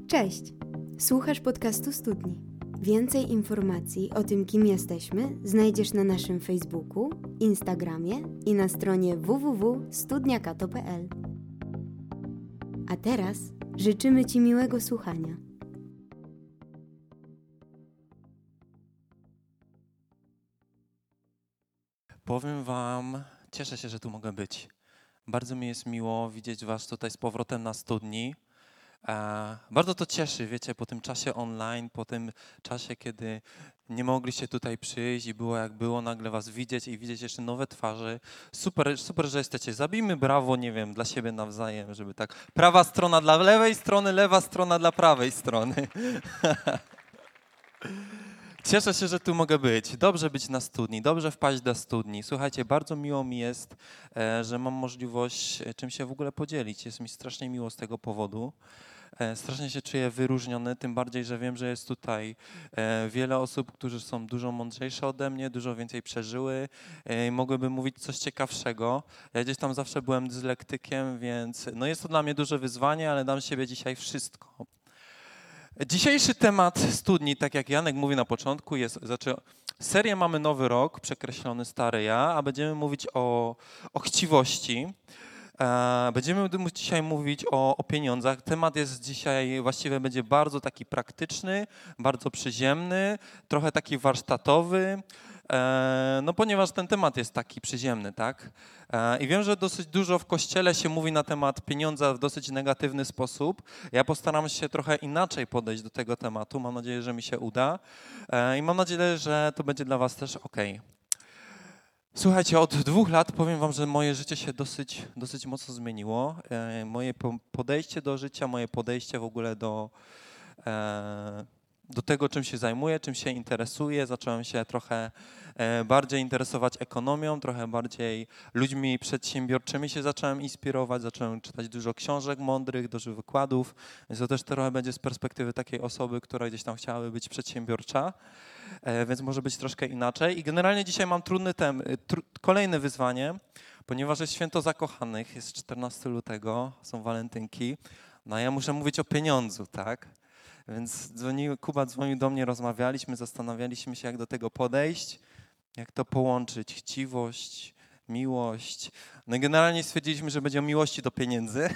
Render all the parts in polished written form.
Cześć! Słuchasz podcastu Studni. Więcej informacji o tym, kim jesteśmy, znajdziesz na naszym Facebooku, Instagramie i na stronie www.studniakato.pl. A teraz życzymy Ci miłego słuchania. Powiem Wam, cieszę się, że tu mogę być. Bardzo mi jest miło widzieć Was tutaj z powrotem na studni. Bardzo to cieszy, wiecie, po tym czasie online, po tym czasie, kiedy nie mogliście tutaj przyjść i było jak było, nagle Was widzieć i widzieć jeszcze nowe twarze. Super, że jesteście. Zabijmy brawo, nie wiem, dla siebie nawzajem, żeby tak prawa strona dla lewej strony, lewa strona dla prawej strony. Cieszę się, że tu mogę być. Dobrze być na studni, dobrze wpaść do studni. Słuchajcie, bardzo miło mi jest, że mam możliwość czym się w ogóle podzielić. Jest mi strasznie miło z tego powodu. Strasznie się czuję wyróżniony, tym bardziej, że wiem, że jest tutaj wiele osób, którzy są dużo mądrzejsze ode mnie, dużo więcej przeżyły i mogłyby mówić coś ciekawszego. Ja gdzieś tam zawsze byłem dyslektykiem, więc no jest to dla mnie duże wyzwanie, ale dam z siebie dzisiaj wszystko. Dzisiejszy temat studni, tak jak Janek mówi na początku, serię Mamy Nowy Rok, przekreślony Stary Ja, a będziemy mówić o chciwości. Będziemy dzisiaj mówić o pieniądzach. Temat jest dzisiaj, właściwie będzie bardzo taki praktyczny, bardzo przyziemny, trochę taki warsztatowy, no ponieważ ten temat jest taki przyziemny, tak? I wiem, że dosyć dużo w Kościele się mówi na temat pieniądza w dosyć negatywny sposób. Ja postaram się trochę inaczej podejść do tego tematu. Mam nadzieję, że mi się uda i mam nadzieję, że to będzie dla Was też okej. Słuchajcie, od 2 lat powiem Wam, że moje życie się dosyć mocno zmieniło. Moje podejście do życia, moje podejście w ogóle do tego, czym się zajmuję, czym się interesuję. Zacząłem się trochę bardziej interesować ekonomią, trochę bardziej ludźmi przedsiębiorczymi się zacząłem inspirować, zacząłem czytać dużo książek mądrych, dużo wykładów, więc to też trochę będzie z perspektywy takiej osoby, która gdzieś tam chciałaby być przedsiębiorcza, więc może być troszkę inaczej. I generalnie dzisiaj mam kolejne wyzwanie, ponieważ jest Święto Zakochanych, jest 14 lutego, są walentynki, no a ja muszę mówić o pieniądzu, tak? Więc Kuba dzwonił do mnie, rozmawialiśmy, zastanawialiśmy się, jak do tego podejść, jak to połączyć, chciwość, miłość. No i generalnie stwierdziliśmy, że będzie o miłości do pieniędzy.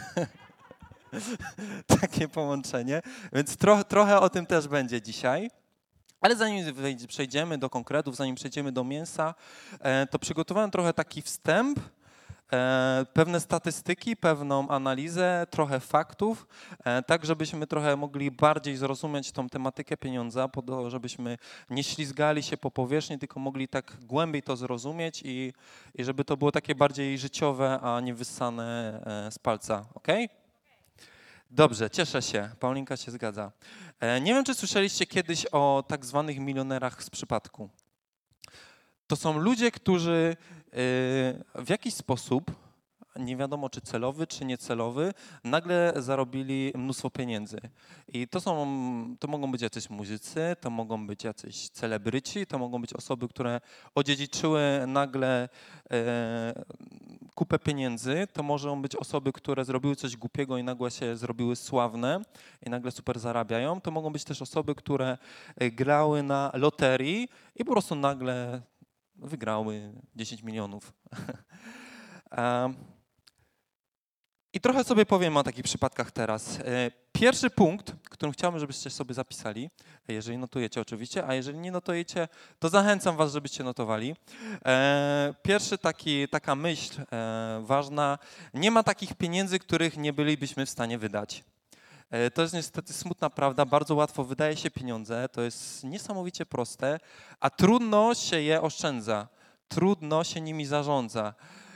Takie połączenie, więc trochę o tym też będzie dzisiaj. Ale zanim przejdziemy do konkretów, zanim przejdziemy do mięsa, to przygotowałem trochę taki wstęp, pewne statystyki, pewną analizę, trochę faktów, tak żebyśmy trochę mogli bardziej zrozumieć tą tematykę pieniądza, po to, żebyśmy nie ślizgali się po powierzchni, tylko mogli tak głębiej to zrozumieć i żeby to było takie bardziej życiowe, a nie wyssane z palca, okej? Dobrze, cieszę się. Paulinka się zgadza. Nie wiem, czy słyszeliście kiedyś o tak zwanych milionerach z przypadku. To są ludzie, którzy w jakiś sposób, nie wiadomo czy celowy, czy niecelowy, nagle zarobili mnóstwo pieniędzy. I to mogą być jacyś muzycy, to mogą być jacyś celebryci, to mogą być osoby, które odziedziczyły nagle kupę pieniędzy, to mogą być osoby, które zrobiły coś głupiego i nagle się zrobiły sławne i nagle super zarabiają. To mogą być też osoby, które grały na loterii i po prostu nagle wygrały 10 milionów. I trochę sobie powiem o takich przypadkach teraz. Pierwszy punkt, którym chciałbym, żebyście sobie zapisali, jeżeli notujecie oczywiście, a jeżeli nie notujecie, to zachęcam was, żebyście notowali. Pierwszy taka myśl ważna, nie ma takich pieniędzy, których nie bylibyśmy w stanie wydać. To jest niestety smutna prawda, bardzo łatwo wydaje się pieniądze, to jest niesamowicie proste, a trudno się je oszczędza, trudno się nimi zarządza.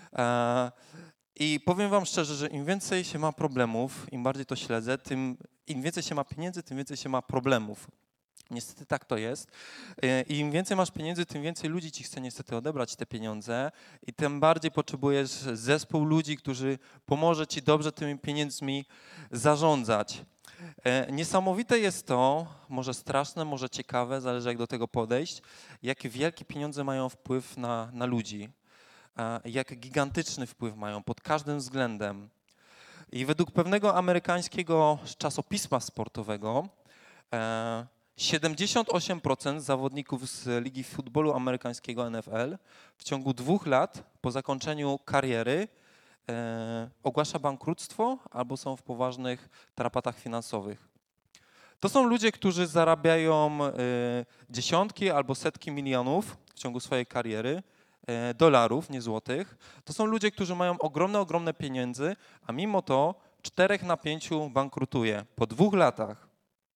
I powiem wam szczerze, że im więcej się ma problemów, im bardziej to śledzę, im więcej się ma pieniędzy, tym więcej się ma problemów. Niestety tak to jest. I im więcej masz pieniędzy, tym więcej ludzi ci chce niestety odebrać te pieniądze i tym bardziej potrzebujesz zespół ludzi, którzy pomoże ci dobrze tymi pieniędzmi zarządzać. Niesamowite jest to, może straszne, może ciekawe, zależy jak do tego podejść, jakie wielkie pieniądze mają wpływ na ludzi. Jak gigantyczny wpływ mają pod każdym względem. I według pewnego amerykańskiego czasopisma sportowego 78% zawodników z Ligi Futbolu Amerykańskiego NFL w ciągu 2 lat po zakończeniu kariery ogłasza bankructwo albo są w poważnych tarapatach finansowych. To są ludzie, którzy zarabiają dziesiątki albo setki milionów w ciągu swojej kariery, dolarów, nie złotych. To są ludzie, którzy mają ogromne pieniędzy, a mimo to 4 na 5 bankrutuje po 2 latach.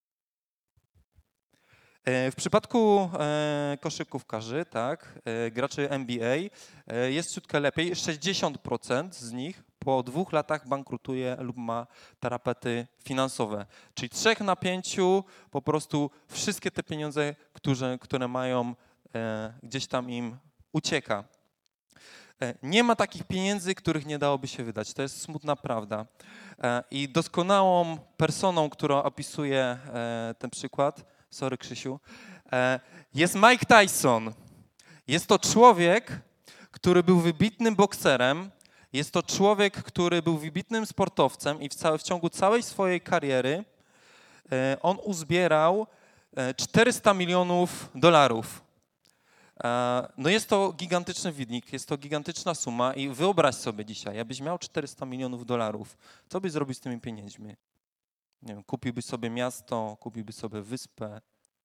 W przypadku koszykówkarzy, tak, graczy NBA jest ciutkę lepiej. 60% z nich po 2 latach bankrutuje lub ma tarapety finansowe. Czyli 3 na 5 po prostu wszystkie te pieniądze, które mają, gdzieś tam im ucieka. Nie ma takich pieniędzy, których nie dałoby się wydać. To jest smutna prawda. I doskonałą personą, która opisuje ten przykład, sorry Krzysiu, jest Mike Tyson. Jest to człowiek, który był wybitnym bokserem, jest to człowiek, który był wybitnym sportowcem i w ciągu całej swojej kariery on uzbierał 400 milionów dolarów. No jest to gigantyczny wynik, jest to gigantyczna suma i wyobraź sobie dzisiaj, jakbyś miał 400 milionów dolarów, co byś zrobił z tymi pieniędzmi? Nie wiem, kupiłbyś sobie miasto, kupiłbyś sobie wyspę,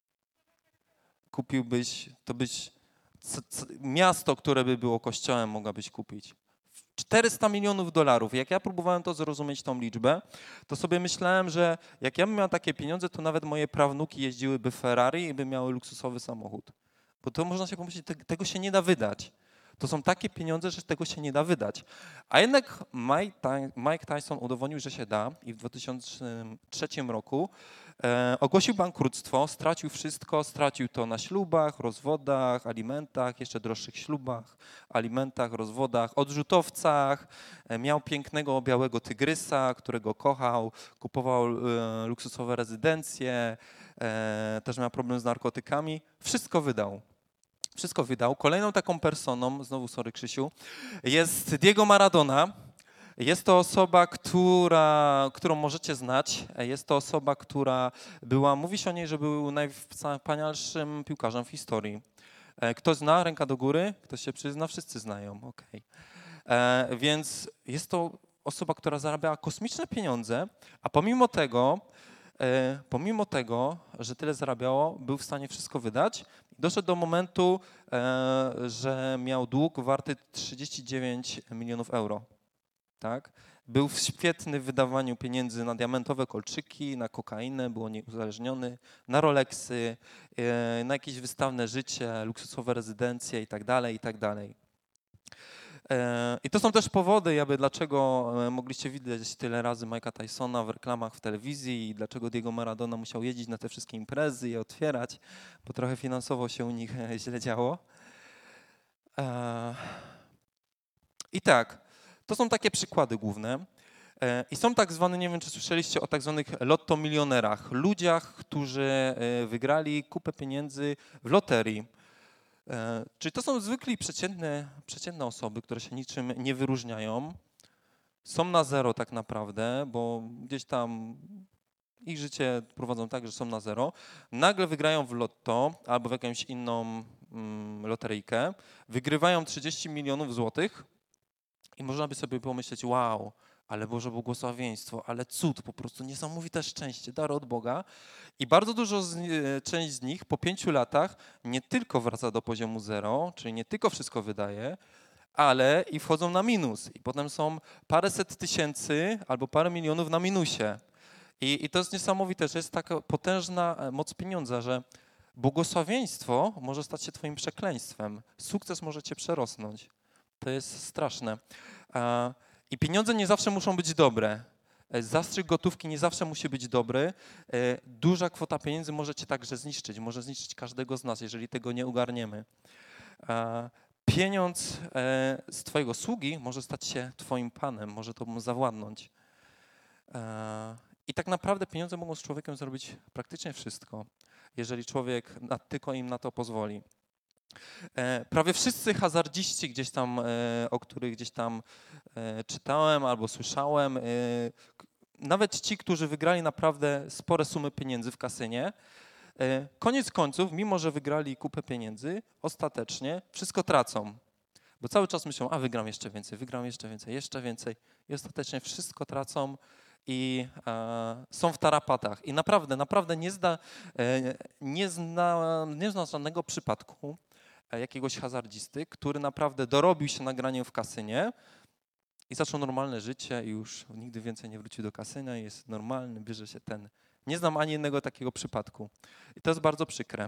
miasto, które by było kościołem, mogłabyś kupić. 400 milionów dolarów. Jak ja próbowałem to zrozumieć, tą liczbę, to sobie myślałem, że jak ja bym miał takie pieniądze, to nawet moje prawnuki jeździłyby Ferrari i by miały luksusowy samochód. Bo to można się pomyśleć, tego się nie da wydać. To są takie pieniądze, że tego się nie da wydać. A jednak Mike Tyson udowodnił, że się da i w 2003 roku ogłosił bankructwo, stracił wszystko, stracił to na ślubach, rozwodach, alimentach, jeszcze droższych ślubach, alimentach, rozwodach, odrzutowcach. Miał pięknego białego tygrysa, którego kochał, kupował luksusowe rezydencje, też miał problem z narkotykami. Wszystko wydał. Wszystko wydał. Kolejną taką personą, znowu sorry Krzysiu, jest Diego Maradona. Jest to osoba, którą możecie znać. Jest to osoba, która mówi się o niej, że był najwspanialszym piłkarzem w historii. Kto zna? Ręka do góry. Kto się przyzna? Wszyscy znają. Okay. Więc jest to osoba, która zarabiała kosmiczne pieniądze, a pomimo tego, że tyle zarabiało, był w stanie wszystko wydać. Doszedł do momentu, że miał dług warty 39 milionów euro. Tak? Był świetny w wydawaniu pieniędzy na diamentowe kolczyki, na kokainę, był nieuzależniony, na Rolexy, na jakieś wystawne życie, luksusowe rezydencje itd., itd. I to są też powody, dlaczego mogliście widzieć tyle razy Mike'a Tysona w reklamach w telewizji i dlaczego Diego Maradona musiał jeździć na te wszystkie imprezy i je otwierać, bo trochę finansowo się u nich źle działo. I tak, to są takie przykłady główne. I są tak zwane, nie wiem czy słyszeliście o tak zwanych lottomilionerach, ludziach, którzy wygrali kupę pieniędzy w loterii. Czyli to są zwykli przeciętne osoby, które się niczym nie wyróżniają. Są na zero tak naprawdę, bo gdzieś tam ich życie prowadzą tak, że są na zero. Nagle wygrają w lotto albo w jakąś inną loteryjkę. Wygrywają 30 milionów złotych i można by sobie pomyśleć, wow, ale Boże błogosławieństwo, ale cud, po prostu niesamowite szczęście, dar od Boga. I bardzo część z nich po 5 latach nie tylko wraca do poziomu zero, czyli nie tylko wszystko wydaje, ale i wchodzą na minus. I potem są paręset tysięcy albo parę milionów na minusie. I to jest niesamowite, że jest taka potężna moc pieniądza, że błogosławieństwo może stać się twoim przekleństwem. Sukces może cię przerosnąć. To jest straszne. I pieniądze nie zawsze muszą być dobre. Zastrzyk gotówki nie zawsze musi być dobry. Duża kwota pieniędzy może cię także zniszczyć. Może zniszczyć każdego z nas, jeżeli tego nie ogarniemy. Pieniądz z twojego sługi może stać się twoim panem, może tobą zawładnąć. I tak naprawdę pieniądze mogą z człowiekiem zrobić praktycznie wszystko, jeżeli człowiek tylko im na to pozwoli. Prawie wszyscy hazardziści gdzieś tam, o których gdzieś tam czytałem albo słyszałem, nawet ci, którzy wygrali naprawdę spore sumy pieniędzy w kasynie, koniec końców, mimo że wygrali kupę pieniędzy, ostatecznie wszystko tracą. Bo cały czas myślą, a wygram jeszcze więcej, jeszcze więcej i ostatecznie wszystko tracą i są w tarapatach. I naprawdę nie znam żadnego przypadku jakiegoś hazardzisty, który naprawdę dorobił się na graniu w kasynie i zaczął normalne życie i już nigdy więcej nie wrócił do kasyna, jest normalny, bierze się ten. Nie znam ani jednego takiego przypadku. I to jest bardzo przykre.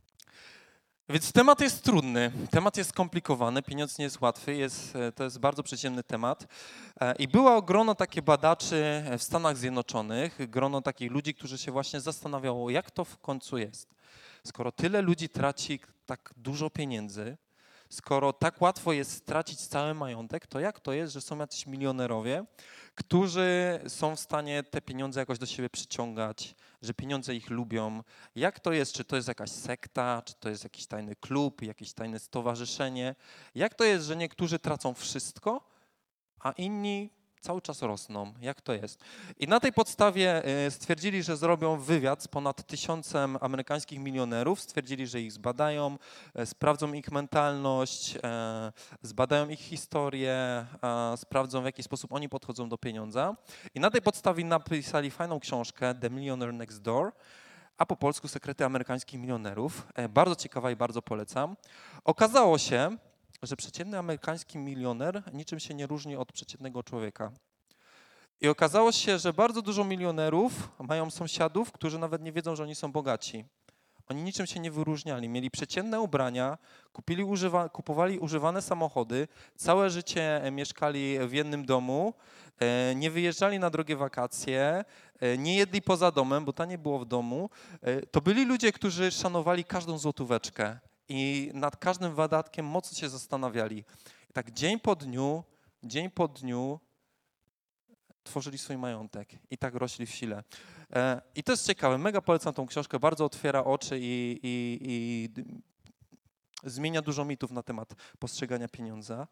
Więc temat jest trudny, temat jest skomplikowany, pieniądz nie jest łatwy, to jest bardzo przyziemny temat. I było grono takie badaczy w Stanach Zjednoczonych, grono takich ludzi, którzy się właśnie zastanawiało, jak to w końcu jest. Skoro tyle ludzi traci tak dużo pieniędzy, skoro tak łatwo jest stracić cały majątek, to jak to jest, że są jacyś milionerowie, którzy są w stanie te pieniądze jakoś do siebie przyciągać, że pieniądze ich lubią. Jak to jest? Czy to jest jakaś sekta, czy to jest jakiś tajny klub, jakieś tajne stowarzyszenie? Jak to jest, że niektórzy tracą wszystko, a inni cały czas rosną? Jak to jest? I na tej podstawie stwierdzili, że zrobią wywiad z ponad 1000 amerykańskich milionerów. Stwierdzili, że ich zbadają, sprawdzą ich mentalność, zbadają ich historię, sprawdzą, w jaki sposób oni podchodzą do pieniądza. I na tej podstawie napisali fajną książkę The Millionaire Next Door, a po polsku Sekrety amerykańskich milionerów. Bardzo ciekawa i bardzo polecam. Okazało się, że przeciętny amerykański milioner niczym się nie różni od przeciętnego człowieka. I okazało się, że bardzo dużo milionerów mają sąsiadów, którzy nawet nie wiedzą, że oni są bogaci. Oni niczym się nie wyróżniali. Mieli przeciętne ubrania, kupowali używane samochody, całe życie mieszkali w jednym domu, nie wyjeżdżali na drogie wakacje, nie jedli poza domem, bo to nie było w domu. To byli ludzie, którzy szanowali każdą złotóweczkę i nad każdym wydatkiem mocno się zastanawiali. I tak dzień po dniu tworzyli swój majątek i tak rośli w sile. I to jest ciekawe, mega polecam tą książkę, bardzo otwiera oczy i zmienia dużo mitów na temat postrzegania pieniądza.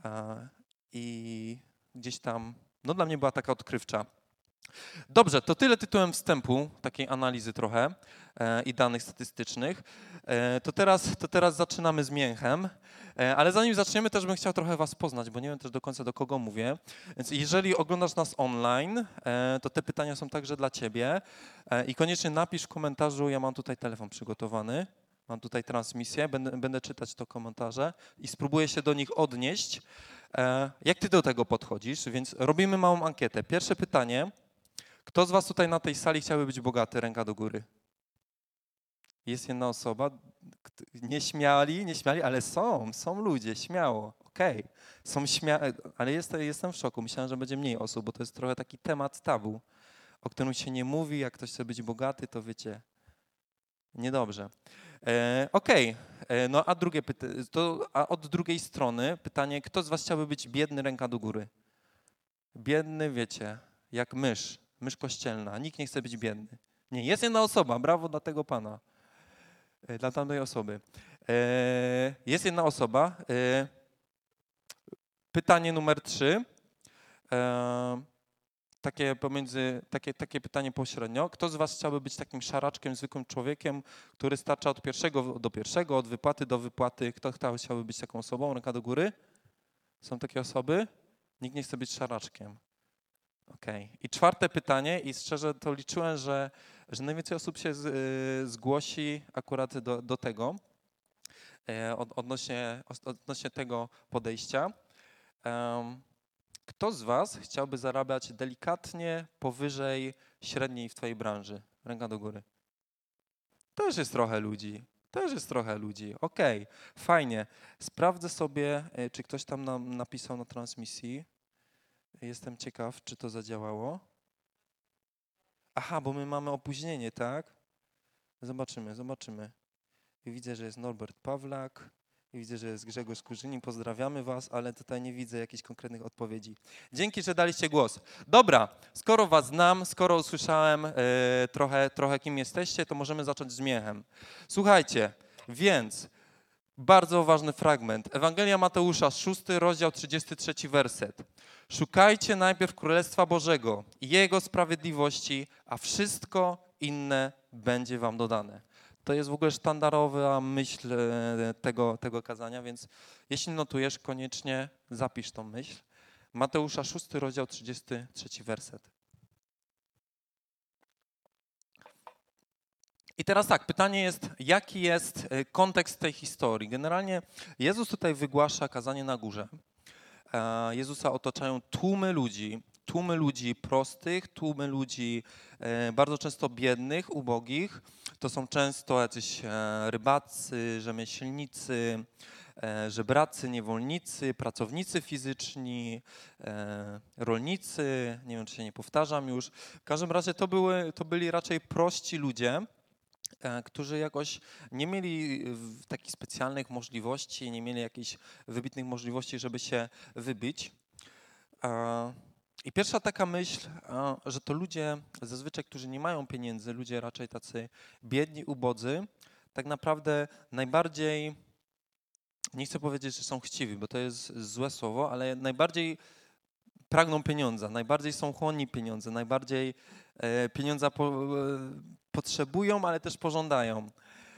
I gdzieś tam, no dla mnie była taka odkrywcza. Dobrze, to tyle tytułem wstępu, takiej analizy trochę i danych statystycznych. To teraz zaczynamy z mięchem, ale zanim zaczniemy, też bym chciał trochę was poznać, bo nie wiem też do końca, do kogo mówię. Więc jeżeli oglądasz nas online, to te pytania są także dla ciebie i koniecznie napisz w komentarzu, ja mam tutaj telefon przygotowany, mam tutaj transmisję, będę czytać to komentarze i spróbuję się do nich odnieść. Jak ty do tego podchodzisz? Więc robimy małą ankietę. Pierwsze pytanie. Kto z was tutaj na tej sali chciałby być bogaty? Ręka do góry. Jest jedna osoba. Nie śmiali, ale są ludzie, śmiało. Okej. Ale jestem w szoku. Myślałem, że będzie mniej osób, bo to jest trochę taki temat tabu, o którym się nie mówi. Jak ktoś chce być bogaty, to wiecie, niedobrze. Okej. No a od drugiej strony pytanie, kto z was chciałby być biedny? Ręka do góry. Biedny, wiecie, jak mysz. Mysz kościelna. Nikt nie chce być biedny. Nie, jest jedna osoba. Brawo dla tego pana. Dla tamtej osoby. Jest jedna osoba. Pytanie numer 3. Takie pytanie pośrednio. Kto z was chciałby być takim szaraczkiem, zwykłym człowiekiem, który starcza od pierwszego do pierwszego, od wypłaty do wypłaty? Kto chciałby być taką osobą? Ręka do góry. Są takie osoby? Nikt nie chce być szaraczkiem. Okej. I czwarte pytanie, i szczerze to liczyłem, że najwięcej osób się zgłosi akurat do tego, odnośnie tego podejścia. Kto z was chciałby zarabiać delikatnie powyżej średniej w twojej branży? Ręka do góry. Też jest trochę ludzi. Okej, fajnie. Sprawdzę sobie, czy ktoś tam nam napisał na transmisji. Jestem ciekaw, czy to zadziałało. Aha, bo my mamy opóźnienie, tak? Zobaczymy. I widzę, że jest Norbert Pawlak. I widzę, że jest Grzegorz Kurzynin. Pozdrawiamy was, ale tutaj nie widzę jakichś konkretnych odpowiedzi. Dzięki, że daliście głos. Dobra, skoro was znam, skoro usłyszałem trochę kim jesteście, to możemy zacząć z mięchem. Słuchajcie, więc Bardzo ważny fragment. Ewangelia Mateusza, 6 rozdział, 33 werset. Szukajcie najpierw Królestwa Bożego i Jego sprawiedliwości, a wszystko inne będzie wam dodane. To jest w ogóle sztandarowa myśl tego kazania, więc jeśli notujesz, koniecznie zapisz tą myśl. Mateusza, 6 rozdział, 33 werset. I teraz tak, pytanie jest, jaki jest kontekst tej historii? Generalnie Jezus tutaj wygłasza kazanie na górze. Jezusa otaczają tłumy ludzi prostych, tłumy ludzi bardzo często biednych, ubogich. To są często jacyś rybacy, rzemieślnicy, żebracy, niewolnicy, pracownicy fizyczni, rolnicy, nie wiem, czy się nie powtarzam już. W każdym razie to byli raczej prości ludzie, którzy jakoś nie mieli takich specjalnych możliwości, nie mieli jakichś wybitnych możliwości, żeby się wybić. I pierwsza taka myśl, że to ludzie zazwyczaj, którzy nie mają pieniędzy, ludzie raczej tacy biedni, ubodzy, tak naprawdę najbardziej, nie chcę powiedzieć, że są chciwi, bo to jest złe słowo, ale najbardziej pragną pieniądza, najbardziej są chłonni pieniądze, najbardziej pieniądza potrzebują, ale też pożądają.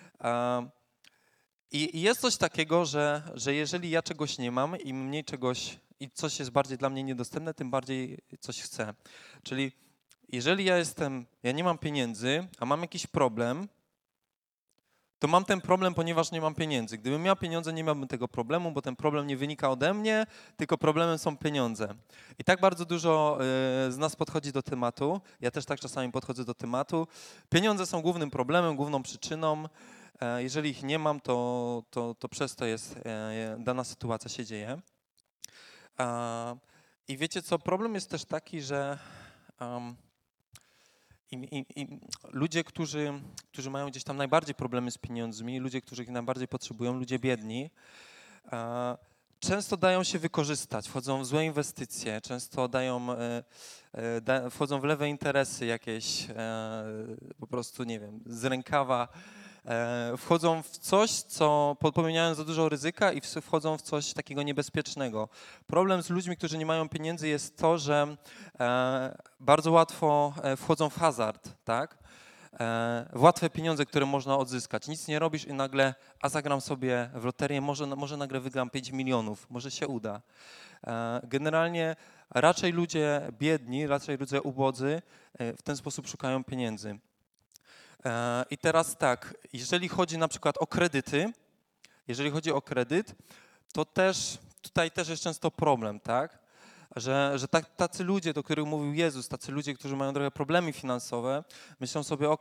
I jest coś takiego, że jeżeli ja czegoś nie mam, im mniej czegoś i coś jest bardziej dla mnie niedostępne, tym bardziej coś chcę. Czyli jeżeli ja nie mam pieniędzy, a mam jakiś problem, to mam ten problem, ponieważ nie mam pieniędzy. Gdybym miał pieniądze, nie miałbym tego problemu, bo ten problem nie wynika ode mnie, tylko problemem są pieniądze. I tak bardzo dużo z nas podchodzi do tematu. Ja też tak czasami podchodzę do tematu. Pieniądze są głównym problemem, główną przyczyną. Jeżeli ich nie mam, to przez to dana sytuacja się dzieje. I wiecie co, problem jest też taki, że ludzie, którzy mają gdzieś tam najbardziej problemy z pieniędzmi, ludzie, którzy ich najbardziej potrzebują, ludzie biedni, często dają się wykorzystać, wchodzą w złe inwestycje, często wchodzą w lewe interesy jakieś, po prostu, nie wiem, z rękawa, wchodzą w coś, co popełniają za dużo ryzyka i wchodzą w coś takiego niebezpiecznego. Problem z ludźmi, którzy nie mają pieniędzy jest to, że bardzo łatwo wchodzą w hazard, tak? W łatwe pieniądze, które można odzyskać. Nic nie robisz i nagle, zagram sobie w loterię, może nagle wygram 5 milionów, może się uda. Generalnie raczej ludzie biedni, raczej ludzie ubodzy w ten sposób szukają pieniędzy. I teraz tak, jeżeli chodzi na przykład o kredyty, jeżeli chodzi o kredyt, to tutaj też jest często problem, tak? Że tacy ludzie, do których mówił Jezus, tacy ludzie, którzy mają trochę problemy finansowe, myślą sobie,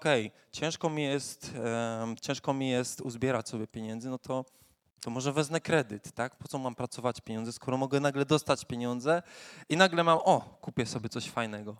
ciężko mi jest uzbierać sobie pieniędzy, no to może wezmę kredyt, tak? Po co mam pracować pieniądze, skoro mogę nagle dostać pieniądze i nagle kupię sobie coś fajnego.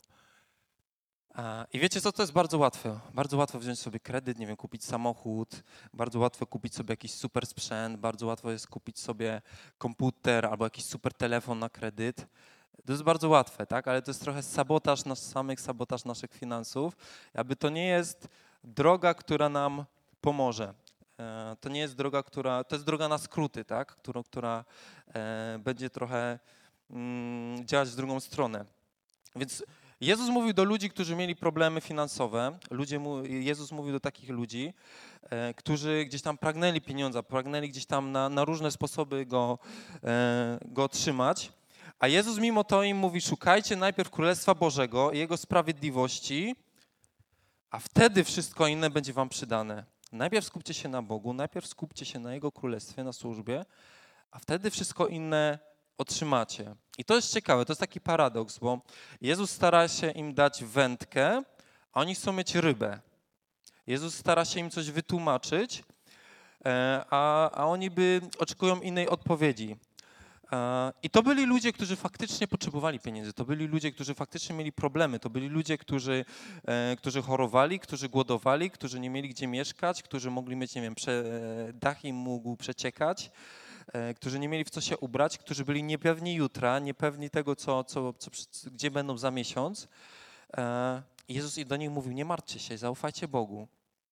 I wiecie co, to jest bardzo łatwe. Bardzo łatwo wziąć sobie kredyt, nie wiem, kupić samochód, bardzo łatwo kupić sobie jakiś super sprzęt, bardzo łatwo jest kupić sobie komputer albo jakiś super telefon na kredyt. To jest bardzo łatwe, tak? Ale to jest trochę sabotaż naszych finansów. To nie jest droga, która nam pomoże. To nie jest droga, to jest droga na skróty, tak? Która będzie trochę działać w drugą stronę. Więc Jezus mówił do ludzi, którzy mieli problemy finansowe. Jezus mówił do takich ludzi, którzy gdzieś tam pragnęli pieniądza, pragnęli gdzieś tam na różne sposoby go otrzymać. A Jezus mimo to im mówi, szukajcie najpierw Królestwa Bożego i Jego sprawiedliwości, a wtedy wszystko inne będzie wam przydane. Najpierw skupcie się na Bogu, najpierw skupcie się na Jego Królestwie, na służbie, a wtedy wszystko inne otrzymacie. I to jest ciekawe, to jest taki paradoks, bo Jezus stara się im dać wędkę, a oni chcą mieć rybę. Jezus stara się im coś wytłumaczyć, a oni oczekują innej odpowiedzi. I to byli ludzie, którzy faktycznie potrzebowali pieniędzy, to byli ludzie, którzy faktycznie mieli problemy, to byli ludzie, którzy chorowali, którzy głodowali, którzy nie mieli gdzie mieszkać, którzy mogli mieć, nie wiem, dach im mógł przeciekać, którzy nie mieli w co się ubrać, którzy byli niepewni jutra, niepewni tego, gdzie będą za miesiąc. Jezus do nich mówił, nie martwcie się, zaufajcie Bogu.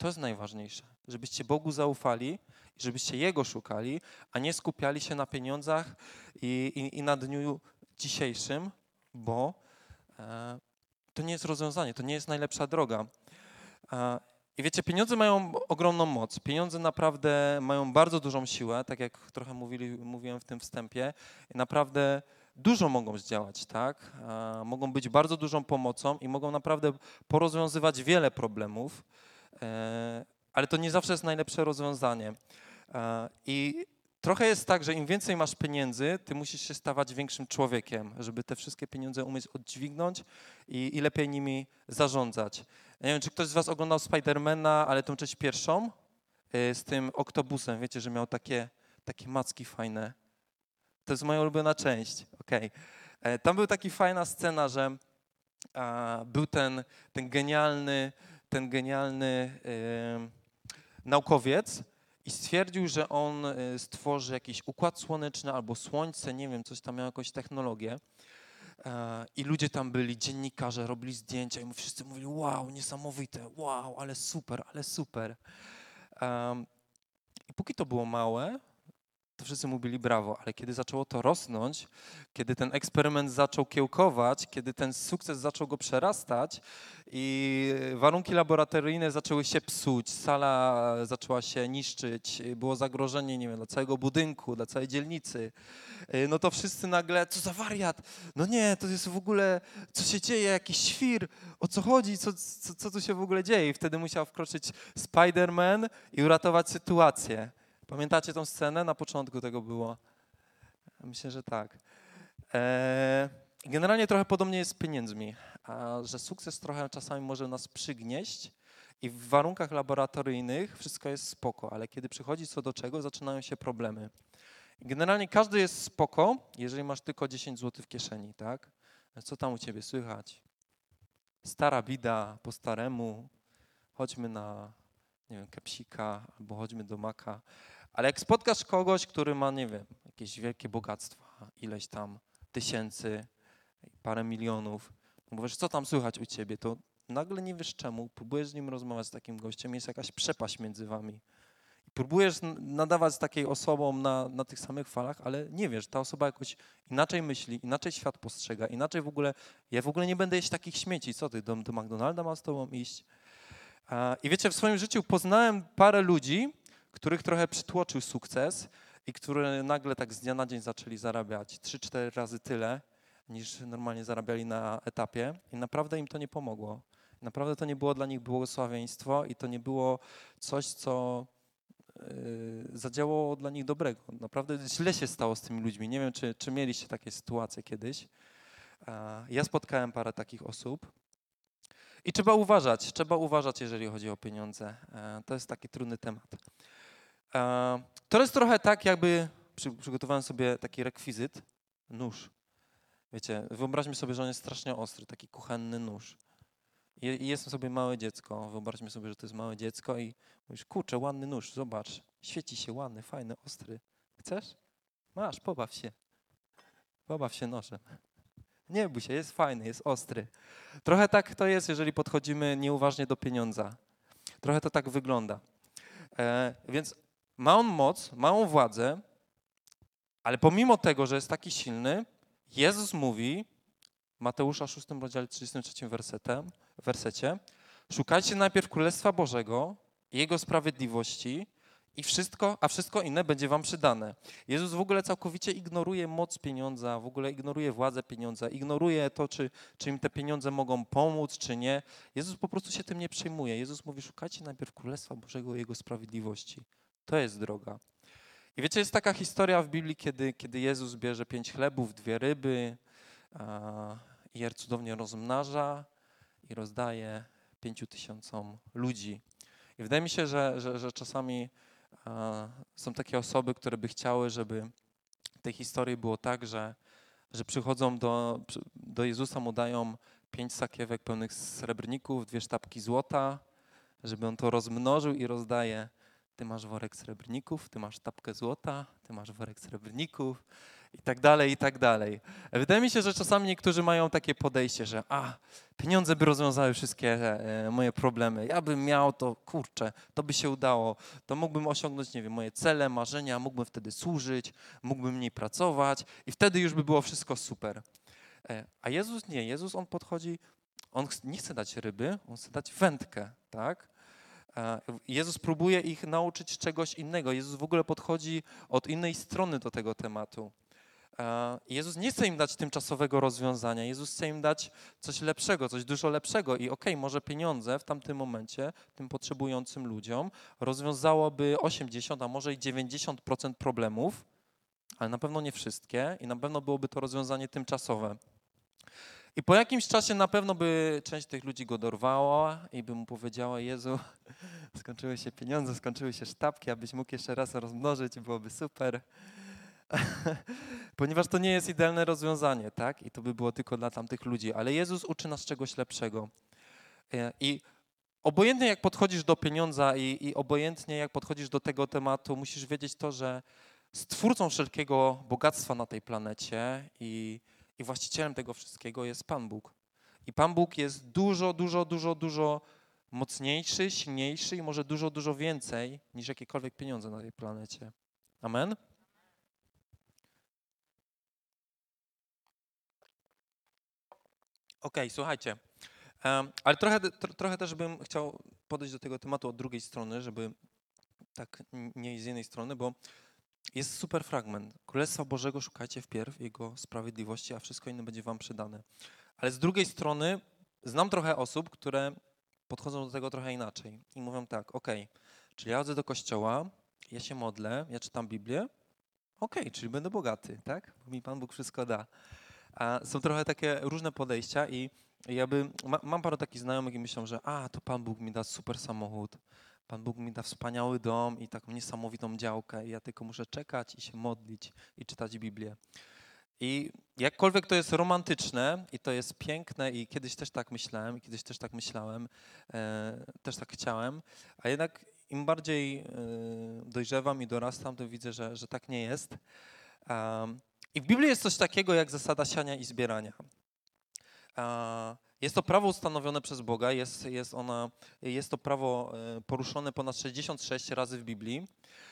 To jest najważniejsze, żebyście Bogu zaufali i żebyście Jego szukali, a nie skupiali się na pieniądzach i na dniu dzisiejszym, bo to nie jest rozwiązanie, to nie jest najlepsza droga. I wiecie, pieniądze mają ogromną moc. Pieniądze naprawdę mają bardzo dużą siłę, tak jak trochę mówiłem w tym wstępie. I naprawdę dużo mogą zdziałać, tak? Mogą być bardzo dużą pomocą i mogą naprawdę porozwiązywać wiele problemów, ale to nie zawsze jest najlepsze rozwiązanie. I trochę jest tak, że im więcej masz pieniędzy, ty musisz się stawać większym człowiekiem, żeby te wszystkie pieniądze umieć oddźwignąć i lepiej nimi zarządzać. Nie wiem, czy ktoś z was oglądał Spidermana, ale tą część pierwszą z tym oktobusem. Wiecie, że miał takie macki fajne. To jest moja ulubiona część. Okay. Tam była taka fajna scena, że był ten genialny naukowiec i stwierdził, że on stworzy jakiś układ słoneczny albo słońce, nie wiem, coś tam miał jakąś technologię. I ludzie tam byli, dziennikarze, robili zdjęcia i wszyscy mówili, wow, niesamowite, wow, ale super, ale super. I póki to było małe, to wszyscy mówili brawo, ale kiedy zaczęło to rosnąć, kiedy ten eksperyment zaczął kiełkować, kiedy ten sukces zaczął go przerastać i warunki laboratoryjne zaczęły się psuć, sala zaczęła się niszczyć, było zagrożenie, nie wiem, dla całego budynku, dla całej dzielnicy, no to wszyscy nagle, co za wariat, no nie, to jest w ogóle, co się dzieje, jakiś świr, o co chodzi, co tu się w ogóle dzieje? I wtedy musiał wkroczyć Spider-Man i uratować sytuację. Pamiętacie tą scenę? Na początku tego było. Myślę, że tak. Generalnie trochę podobnie jest z pieniędzmi, że sukces trochę czasami może nas przygnieść i w warunkach laboratoryjnych wszystko jest spoko, ale kiedy przychodzi co do czego, zaczynają się problemy. Generalnie każdy jest spoko, jeżeli masz tylko 10 zł w kieszeni, tak? Co tam u ciebie słychać? Stara bida, po staremu, chodźmy na, nie wiem, kepsika albo chodźmy do Maka. Ale jak spotkasz kogoś, który ma, nie wiem, jakieś wielkie bogactwa, ileś tam tysięcy, parę milionów, mówisz, co tam słychać u ciebie, to nagle nie wiesz czemu, próbujesz z nim rozmawiać z takim gościem, jest jakaś przepaść między wami. I próbujesz nadawać z takiej osobą na tych samych falach, ale nie wiesz, ta osoba jakoś inaczej myśli, inaczej świat postrzega, inaczej w ogóle, ja w ogóle nie będę jeść takich śmieci, co ty, do McDonalda mam z tobą iść? I wiecie, w swoim życiu poznałem parę ludzi, których trochę przytłoczył sukces i którzy nagle tak z dnia na dzień zaczęli zarabiać 3-4 razy tyle, niż normalnie zarabiali na etapie i naprawdę im to nie pomogło. Naprawdę to nie było dla nich błogosławieństwo i to nie było coś, co zadziałało dla nich dobrego. Naprawdę źle się stało z tymi ludźmi. Nie wiem, czy mieliście takie sytuacje kiedyś. Ja spotkałem parę takich osób. I trzeba uważać, jeżeli chodzi o pieniądze. To jest taki trudny temat. To jest trochę tak, jakby przygotowałem sobie taki rekwizyt, nóż. Wiecie, wyobraźmy sobie, że on jest strasznie ostry, taki kuchenny nóż. I jest sobie małe dziecko, wyobraźmy sobie, że to jest małe dziecko i mówisz, kurczę, ładny nóż, zobacz, świeci się, ładny, fajny, ostry. Chcesz? Masz, pobaw się nożem. Nie bój się, jest fajny, jest ostry. Trochę tak to jest, jeżeli podchodzimy nieuważnie do pieniądza. Trochę to tak wygląda. Więc ma on moc, ma on władzę, ale pomimo tego, że jest taki silny, Jezus mówi, Mateusza 6 rozdziale 33 wersecie, szukajcie najpierw Królestwa Bożego i Jego sprawiedliwości i wszystko inne będzie wam przydane. Jezus w ogóle całkowicie ignoruje moc pieniądza, w ogóle ignoruje władzę pieniądza, ignoruje to, czy im te pieniądze mogą pomóc, czy nie. Jezus po prostu się tym nie przejmuje. Jezus mówi, szukajcie najpierw Królestwa Bożego i Jego sprawiedliwości. To jest droga. I wiecie, jest taka historia w Biblii, kiedy Jezus bierze 5 chlebów, 2 ryby i je cudownie rozmnaża i rozdaje 5000 ludzi. I wydaje mi się, że czasami są takie osoby, które by chciały, żeby w tej historii było tak, że przychodzą do Jezusa, mu dają 5 sakiewek pełnych srebrników, 2 sztabki złota, żeby on to rozmnożył i rozdaje. Ty masz worek srebrników, ty masz sztabkę złota, ty masz worek srebrników i tak dalej, i tak dalej. Wydaje mi się, że czasami niektórzy mają takie podejście, że pieniądze by rozwiązały wszystkie moje problemy. Ja bym miał to, kurczę, to by się udało. To mógłbym osiągnąć, nie wiem, moje cele, marzenia, mógłbym wtedy służyć, mógłbym mniej pracować i wtedy już by było wszystko super. A Jezus nie. Jezus, on podchodzi, on nie chce dać ryby, on chce dać wędkę, tak? Jezus próbuje ich nauczyć czegoś innego. Jezus w ogóle podchodzi od innej strony do tego tematu. Jezus nie chce im dać tymczasowego rozwiązania. Jezus chce im dać coś lepszego, coś dużo lepszego. I może pieniądze w tamtym momencie tym potrzebującym ludziom rozwiązałoby 80, a może i 90% problemów, ale na pewno nie wszystkie i na pewno byłoby to rozwiązanie tymczasowe. I po jakimś czasie na pewno by część tych ludzi go dorwała i by mu powiedziała: Jezu, skończyły się pieniądze, skończyły się sztabki, abyś mógł jeszcze raz rozmnożyć, byłoby super. Ponieważ to nie jest idealne rozwiązanie, tak? I to by było tylko dla tamtych ludzi. Ale Jezus uczy nas czegoś lepszego. I obojętnie jak podchodzisz do pieniądza i obojętnie jak podchodzisz do tego tematu, musisz wiedzieć to, że stwórcą wszelkiego bogactwa na tej planecie i właścicielem tego wszystkiego jest Pan Bóg. I Pan Bóg jest dużo mocniejszy, silniejszy i może dużo więcej niż jakiekolwiek pieniądze na tej planecie. Amen? Okej, słuchajcie. Ale trochę też bym chciał podejść do tego tematu od drugiej strony, żeby tak nie z jednej strony, bo jest super fragment. Królestwa Bożego szukajcie wpierw Jego sprawiedliwości, a wszystko inne będzie wam przydane. Ale z drugiej strony znam trochę osób, które podchodzą do tego trochę inaczej i mówią tak: czyli ja chodzę do kościoła, ja się modlę, ja czytam Biblię, czyli będę bogaty, tak? Bo mi Pan Bóg wszystko da. A są trochę takie różne podejścia i mam parę takich znajomych i myślą, że to Pan Bóg mi da super samochód, Pan Bóg mi da wspaniały dom i taką niesamowitą działkę i ja tylko muszę czekać i się modlić i czytać Biblię. I jakkolwiek to jest romantyczne i to jest piękne i kiedyś też tak myślałem i kiedyś też tak myślałem, też tak chciałem, a jednak im bardziej dojrzewam i dorastam, to widzę, że tak nie jest. I w Biblii jest coś takiego jak zasada siania i zbierania. Jest to prawo ustanowione przez Boga, jest to prawo poruszone ponad 66 razy w Biblii.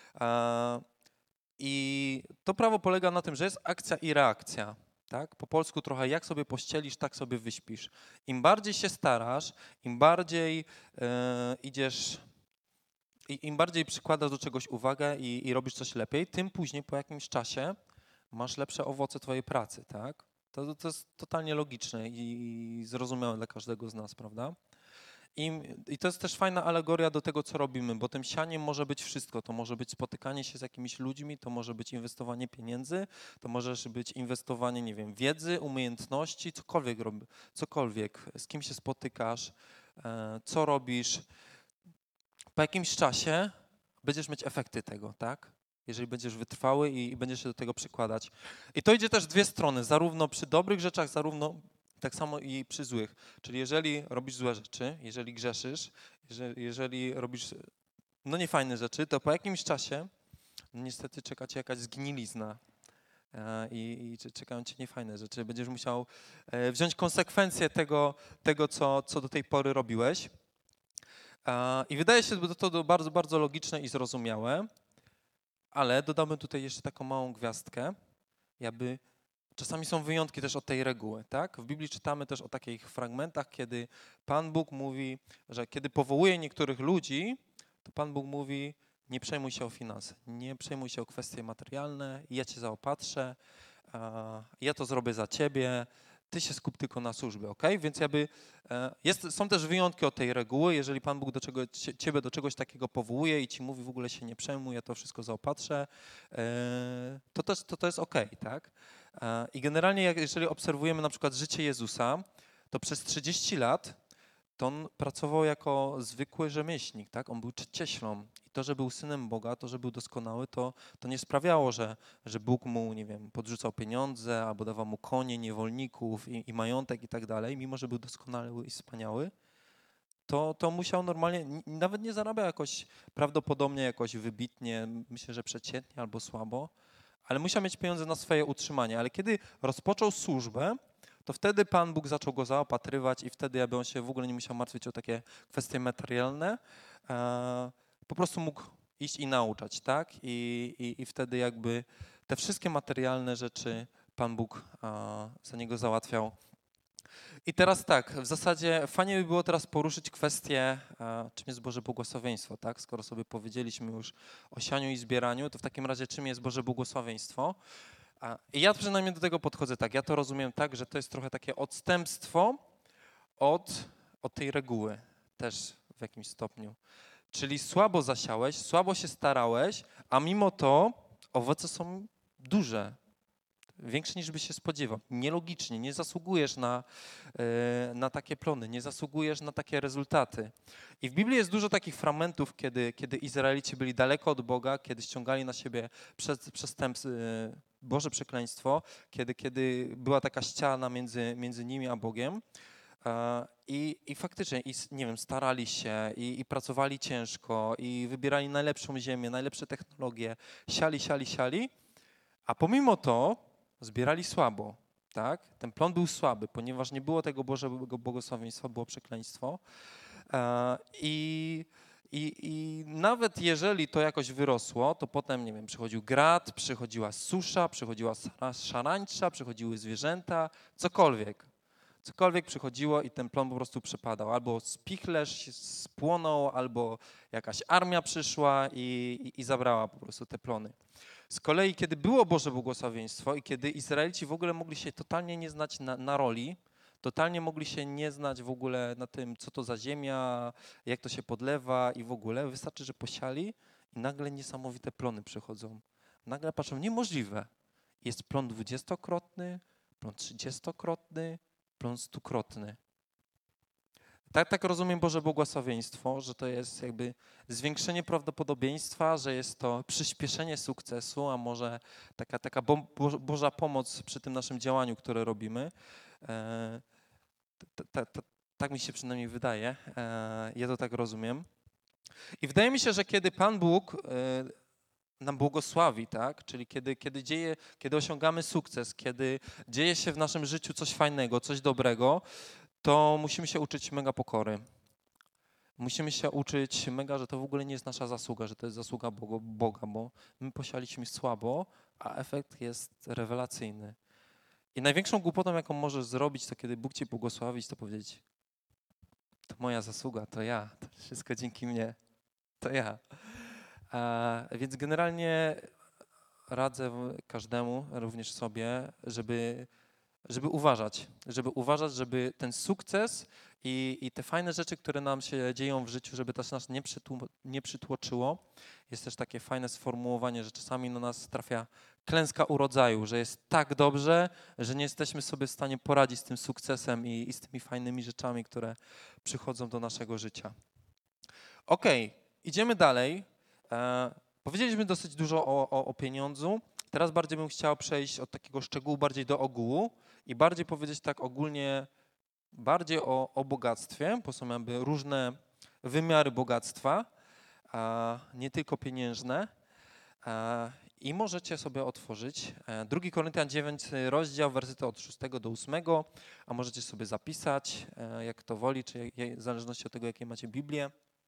I to prawo polega na tym, że jest akcja i reakcja. Tak? Po polsku trochę jak sobie pościelisz, tak sobie wyśpisz. Im bardziej się starasz, im bardziej idziesz, im bardziej przykładasz do czegoś uwagę i robisz coś lepiej, tym później po jakimś czasie masz lepsze owoce twojej pracy, tak? To jest totalnie logiczne i zrozumiałe dla każdego z nas, prawda? I to jest też fajna alegoria do tego, co robimy, bo tym sianiem może być wszystko. To może być spotykanie się z jakimiś ludźmi, to może być inwestowanie pieniędzy, to może być inwestowanie, nie wiem, wiedzy, umiejętności, cokolwiek, z kim się spotykasz, co robisz. Po jakimś czasie będziesz mieć efekty tego, tak? Jeżeli będziesz wytrwały i będziesz się do tego przykładać. I to idzie też w dwie strony, zarówno przy dobrych rzeczach, zarówno tak samo i przy złych. Czyli jeżeli robisz złe rzeczy, jeżeli grzeszysz, jeżeli robisz niefajne rzeczy, to po jakimś czasie niestety czeka cię jakaś zgnilizna i czekają cię niefajne rzeczy. Będziesz musiał wziąć konsekwencje tego co do tej pory robiłeś. I wydaje się to bardzo, bardzo logiczne i zrozumiałe, ale dodamy tutaj jeszcze taką małą gwiazdkę, czasami są wyjątki też od tej reguły, tak? W Biblii czytamy też o takich fragmentach, kiedy Pan Bóg mówi, że kiedy powołuje niektórych ludzi, to Pan Bóg mówi: nie przejmuj się o finanse, nie przejmuj się o kwestie materialne, ja cię zaopatrzę, ja to zrobię za ciebie, ty się skup tylko na służbie, okej? Więc są też wyjątki od tej reguły, jeżeli Pan Bóg ciebie do czegoś takiego powołuje i ci mówi: w ogóle się nie przejmuj, ja to wszystko zaopatrzę, to jest okej, tak? I generalnie jeżeli obserwujemy na przykład życie Jezusa, to przez 30 lat to on pracował jako zwykły rzemieślnik, tak? On był cieślą. I to, że był synem Boga, to, że był doskonały, to nie sprawiało, że Bóg mu, nie wiem, podrzucał pieniądze albo dawał mu konie, niewolników i majątek i tak dalej, mimo że był doskonały i wspaniały, to musiał normalnie, nawet nie zarabiał prawdopodobnie jakoś wybitnie, myślę, że przeciętnie albo słabo, ale musiał mieć pieniądze na swoje utrzymanie. Ale kiedy rozpoczął służbę, to wtedy Pan Bóg zaczął go zaopatrywać i wtedy, aby on się w ogóle nie musiał martwić o takie kwestie materialne, po prostu mógł iść i nauczać, tak? I wtedy jakby te wszystkie materialne rzeczy Pan Bóg za niego załatwiał. I teraz tak, w zasadzie fajnie by było teraz poruszyć kwestię, czym jest Boże błogosławieństwo, tak? Skoro sobie powiedzieliśmy już o sianiu i zbieraniu, to w takim razie czym jest Boże błogosławieństwo? I ja przynajmniej do tego podchodzę tak, ja to rozumiem tak, że to jest trochę takie odstępstwo od tej reguły też w jakimś stopniu. Czyli słabo zasiałeś, słabo się starałeś, a mimo to owoce są duże, większe niż byś się spodziewał. Nielogicznie, nie zasługujesz na takie plony, nie zasługujesz na takie rezultaty. I w Biblii jest dużo takich fragmentów, kiedy Izraelici byli daleko od Boga, kiedy ściągali na siebie Boże przekleństwo, kiedy była taka ściana między nimi a Bogiem. I faktycznie, nie wiem, starali się i pracowali ciężko i wybierali najlepszą ziemię, najlepsze technologie, siali, a pomimo to zbierali słabo, tak? Ten plon był słaby, ponieważ nie było tego Bożego błogosławieństwa, było przekleństwo. I nawet jeżeli to jakoś wyrosło, to potem, nie wiem, przychodził grad, przychodziła susza, przychodziła szarańcza, przychodziły zwierzęta, cokolwiek przychodziło i ten plon po prostu przepadał. Albo spichlerz spłonął, albo jakaś armia przyszła i zabrała po prostu te plony. Z kolei, kiedy było Boże błogosławieństwo i kiedy Izraelici w ogóle mogli się totalnie nie znać na roli, totalnie mogli się nie znać w ogóle na tym, co to za ziemia, jak to się podlewa i w ogóle, wystarczy, że posiali i nagle niesamowite plony przychodzą. Nagle patrzą, niemożliwe. Jest plon 20-krotny, plon 30-krotny, plon 100-krotny. Tak rozumiem Boże błogosławieństwo, że to jest jakby zwiększenie prawdopodobieństwa, że jest to przyspieszenie sukcesu, a może taka Boża pomoc przy tym naszym działaniu, które robimy. Tak mi się przynajmniej wydaje. Ja to tak rozumiem. I wydaje mi się, że kiedy Pan Bóg nam błogosławi, tak? Czyli kiedy osiągamy sukces, kiedy dzieje się w naszym życiu coś fajnego, coś dobrego, to musimy się uczyć mega pokory. Musimy się uczyć mega, że to w ogóle nie jest nasza zasługa, że to jest zasługa Boga, bo my posialiśmy słabo, a efekt jest rewelacyjny. I największą głupotą, jaką możesz zrobić, to kiedy Bóg cię błogosławić, to powiedzieć, to moja zasługa, to ja, to wszystko dzięki mnie, to ja. Więc generalnie radzę każdemu, również sobie, żeby uważać, żeby ten sukces i te fajne rzeczy, które nam się dzieją w życiu, żeby to nas nie przytłoczyło. Jest też takie fajne sformułowanie, że czasami na nas trafia klęska urodzaju, że jest tak dobrze, że nie jesteśmy sobie w stanie poradzić z tym sukcesem i z tymi fajnymi rzeczami, które przychodzą do naszego życia. Okej, idziemy dalej. Powiedzieliśmy dosyć dużo o pieniądzu. Teraz bardziej bym chciał przejść od takiego szczegółu bardziej do ogółu i bardziej powiedzieć tak ogólnie, bardziej o bogactwie, bo są jakby różne wymiary bogactwa, nie tylko pieniężne. I możecie sobie otworzyć 2 Koryntian 9 rozdział, wersety od 6 do 8, a możecie sobie zapisać, jak to woli, czy w zależności od tego, jakie macie Biblię.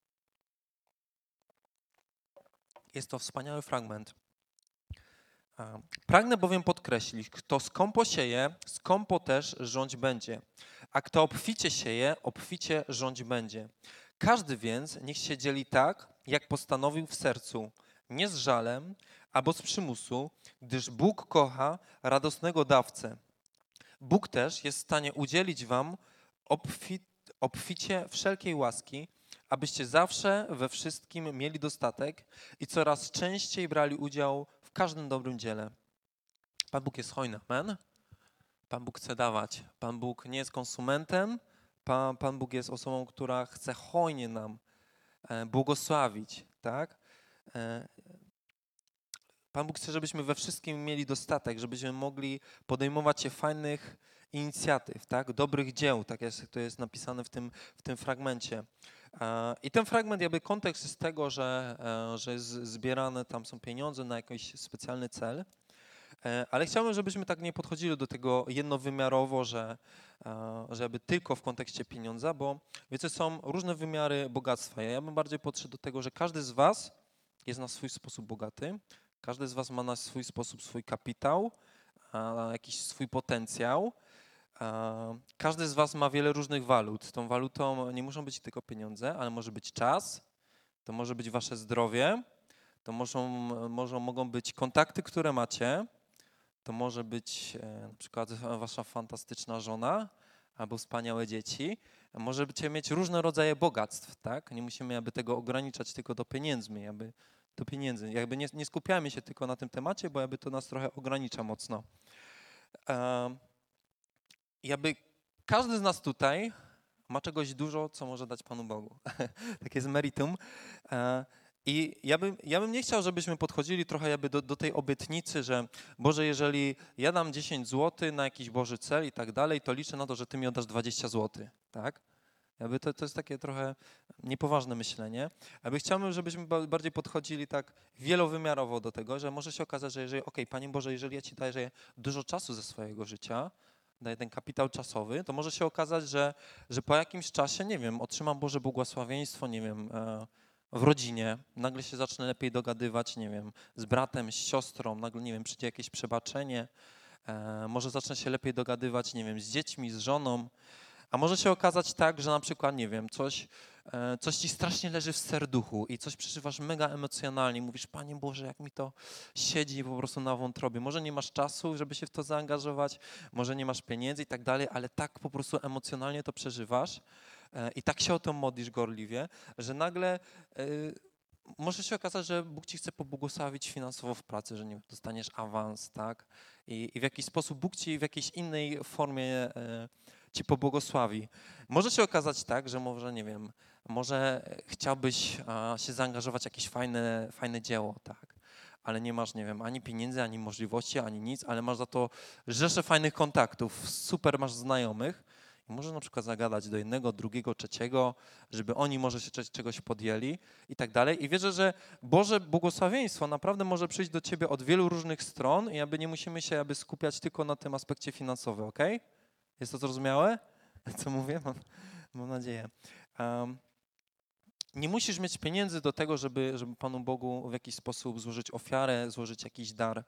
Jest to wspaniały fragment. Pragnę bowiem podkreślić, kto skąpo sieje, skąpo też rządź będzie, a kto obficie sieje, obficie rządź będzie. Każdy więc niech się dzieli tak, jak postanowił w sercu, nie z żalem albo z przymusu, gdyż Bóg kocha radosnego dawcę. Bóg też jest w stanie udzielić wam obficie wszelkiej łaski, abyście zawsze we wszystkim mieli dostatek i coraz częściej brali udział w każdym dobrym dziele. Pan Bóg jest hojny, amen? Pan Bóg chce dawać. Pan Bóg nie jest konsumentem. Pan Bóg jest osobą, która chce hojnie nam błogosławić, tak? Pan Bóg chce, żebyśmy we wszystkim mieli dostatek, żebyśmy mogli podejmować się fajnych inicjatyw, tak? Dobrych dzieł, tak jest, to jest napisane w tym fragmencie. I ten fragment, jakby kontekst jest tego, że jest zbierane, tam są pieniądze na jakiś specjalny cel. Ale chciałbym, żebyśmy tak nie podchodzili do tego jednowymiarowo, że jakby tylko w kontekście pieniądza, bo wiecie, są różne wymiary bogactwa. Ja bym bardziej podszedł do tego, że każdy z was jest na swój sposób bogaty, każdy z was ma na swój sposób swój kapitał, jakiś swój potencjał. Każdy z was ma wiele różnych walut. Tą walutą nie muszą być tylko pieniądze, ale może być czas, to może być wasze zdrowie, to mogą być kontakty, które macie, to może być na przykład wasza fantastyczna żona albo wspaniałe dzieci. Możecie mieć różne rodzaje bogactw, tak? Nie musimy tego ograniczać tylko do pieniędzy, nie skupiamy się tylko na tym temacie, bo to nas trochę ogranicza mocno. Każdy z nas tutaj ma czegoś dużo, co może dać Panu Bogu. Takie jest meritum. I ja bym nie chciał, żebyśmy podchodzili trochę do tej obietnicy, że Boże, jeżeli ja dam 10 zł na jakiś Boży cel i tak dalej, to liczę na to, że Ty mi oddasz 20 zł, tak? To jest takie trochę niepoważne myślenie. Chciałbym, żebyśmy bardziej podchodzili tak wielowymiarowo do tego, że może się okazać, że jeżeli, Panie Boże, jeżeli ja Ci daję dużo czasu ze swojego życia, daję ten kapitał czasowy, to może się okazać, że po jakimś czasie, nie wiem, otrzymam Boże błogosławieństwo, nie wiem, w rodzinie, nagle się zacznę lepiej dogadywać, nie wiem, z bratem, z siostrą, nagle, nie wiem, przyjdzie jakieś przebaczenie, może zacznę się lepiej dogadywać, nie wiem, z dziećmi, z żoną, a może się okazać tak, że na przykład, nie wiem, coś ci strasznie leży w serduchu i coś przeżywasz mega emocjonalnie, mówisz, Panie Boże, jak mi to siedzi po prostu na wątrobie. Może nie masz czasu, żeby się w to zaangażować, może nie masz pieniędzy i tak dalej, ale tak po prostu emocjonalnie to przeżywasz i tak się o to modlisz gorliwie, że nagle może się okazać, że Bóg ci chce pobłogosławić finansowo w pracy, że nie wiem, dostaniesz awans, tak? I w jakiś sposób Bóg ci w jakiejś innej formie ci pobłogosławi. Może się okazać tak, że może, nie wiem, może chciałbyś się zaangażować w jakieś fajne dzieło, tak? Ale nie masz, nie wiem, ani pieniędzy, ani możliwości, ani nic, ale masz za to rzeszę fajnych kontaktów, super masz znajomych i możesz na przykład zagadać do jednego, drugiego, trzeciego, żeby oni może się czegoś podjęli i tak dalej. I wierzę, że Boże błogosławieństwo naprawdę może przyjść do ciebie od wielu różnych stron i nie musimy się skupiać tylko na tym aspekcie finansowym, ok? Jest to zrozumiałe, co mówię? Mam nadzieję. Nie musisz mieć pieniędzy do tego, żeby Panu Bogu w jakiś sposób złożyć ofiarę, złożyć jakiś dar.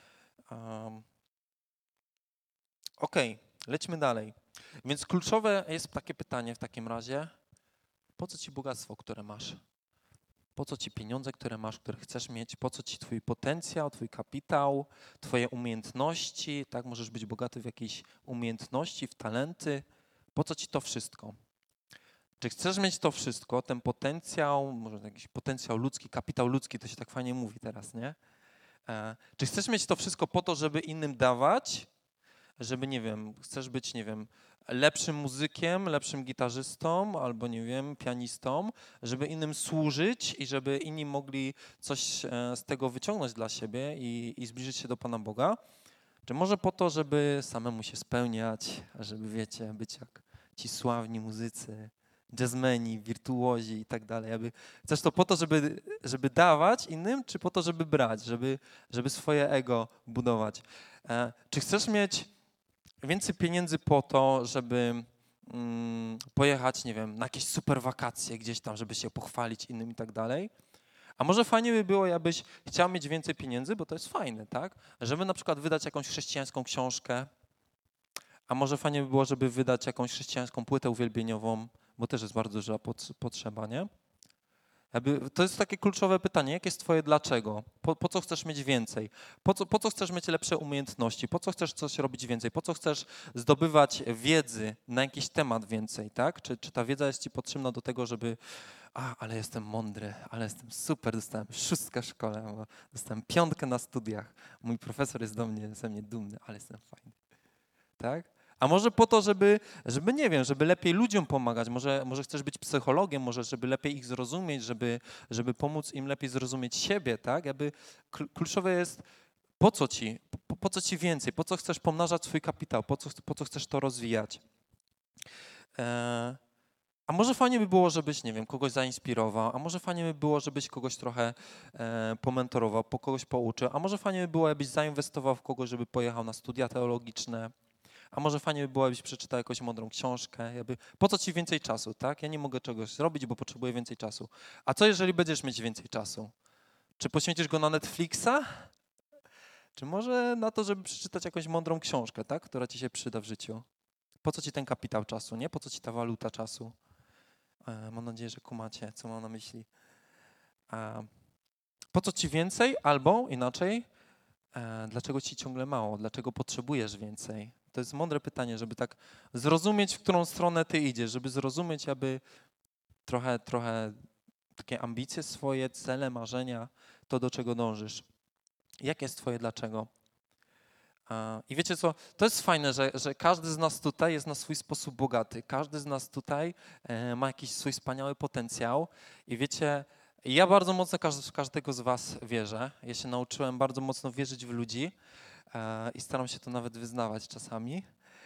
Lećmy dalej. Więc kluczowe jest takie pytanie w takim razie, po co ci bogactwo, które masz? Po co ci pieniądze, które masz, które chcesz mieć? Po co ci twój potencjał, twój kapitał, twoje umiejętności? Tak, możesz być bogaty w jakiejś umiejętności, w talenty. Po co ci to wszystko? Czy chcesz mieć to wszystko, ten potencjał, może jakiś potencjał ludzki, kapitał ludzki, to się tak fajnie mówi teraz, nie? Czy chcesz mieć to wszystko po to, żeby innym dawać? Żeby, nie wiem, chcesz być, nie wiem, lepszym muzykiem, lepszym gitarzystą albo, nie wiem, pianistą, żeby innym służyć i żeby inni mogli coś z tego wyciągnąć dla siebie i zbliżyć się do Pana Boga? Czy może po to, żeby samemu się spełniać, żeby, wiecie, być jak ci sławni muzycy, jazzmeni, wirtuozi i tak dalej? Chcesz to po to, żeby dawać innym, czy po to, żeby brać, żeby swoje ego budować? Czy chcesz mieć więcej pieniędzy po to, żeby pojechać, nie wiem, na jakieś super wakacje gdzieś tam, żeby się pochwalić innym i tak dalej? A może fajnie by było, jakbyś chciał mieć więcej pieniędzy, bo to jest fajne, tak? Żeby na przykład wydać jakąś chrześcijańską książkę, a może fajnie by było, żeby wydać jakąś chrześcijańską płytę uwielbieniową, bo też jest bardzo duża potrzeba, nie? To jest takie kluczowe pytanie, jakie jest twoje dlaczego? Po co chcesz mieć więcej? Po co chcesz mieć lepsze umiejętności? Po co chcesz coś robić więcej? Po co chcesz zdobywać wiedzy na jakiś temat więcej, tak? Czy ta wiedza jest ci potrzebna do tego, żeby ale jestem mądry, ale jestem super, dostałem 6 w szkole, dostałem 5 na studiach, mój profesor jest ze mnie dumny, ale jestem fajny, tak? A może po to, żeby nie wiem, żeby lepiej ludziom pomagać, może chcesz być psychologiem, może żeby lepiej ich zrozumieć, żeby pomóc im lepiej zrozumieć siebie, tak? Kluczowe jest, po co ci więcej, po co chcesz pomnażać swój kapitał, po co chcesz to rozwijać. A może fajnie by było, żebyś, nie wiem, kogoś zainspirował, a może fajnie by było, żebyś kogoś trochę pomentorował, kogoś pouczył, a może fajnie by było, jakbyś zainwestował w kogoś, żeby pojechał na studia teologiczne, a może fajnie by było, jakbyś przeczytał jakąś mądrą książkę. Po co ci więcej czasu, tak? Ja nie mogę czegoś zrobić, bo potrzebuję więcej czasu. A co jeżeli będziesz mieć więcej czasu? Czy poświęcisz go na Netflixa? Czy może na to, żeby przeczytać jakąś mądrą książkę, tak? Która ci się przyda w życiu? Po co ci ten kapitał czasu, nie? Po co ci ta waluta czasu? Mam nadzieję, że kumacie, co mam na myśli. Po co ci więcej? Albo inaczej, dlaczego ci ciągle mało? Dlaczego potrzebujesz więcej? To jest mądre pytanie, żeby tak zrozumieć, w którą stronę ty idziesz, żeby zrozumieć, aby trochę takie ambicje swoje, cele, marzenia, to do czego dążysz. Jakie jest twoje dlaczego? I wiecie co, to jest fajne, że każdy z nas tutaj jest na swój sposób bogaty. Każdy z nas tutaj ma jakiś swój wspaniały potencjał. I wiecie, ja bardzo mocno w każdego z was wierzę. Ja się nauczyłem bardzo mocno wierzyć w ludzi i staram się to nawet wyznawać czasami.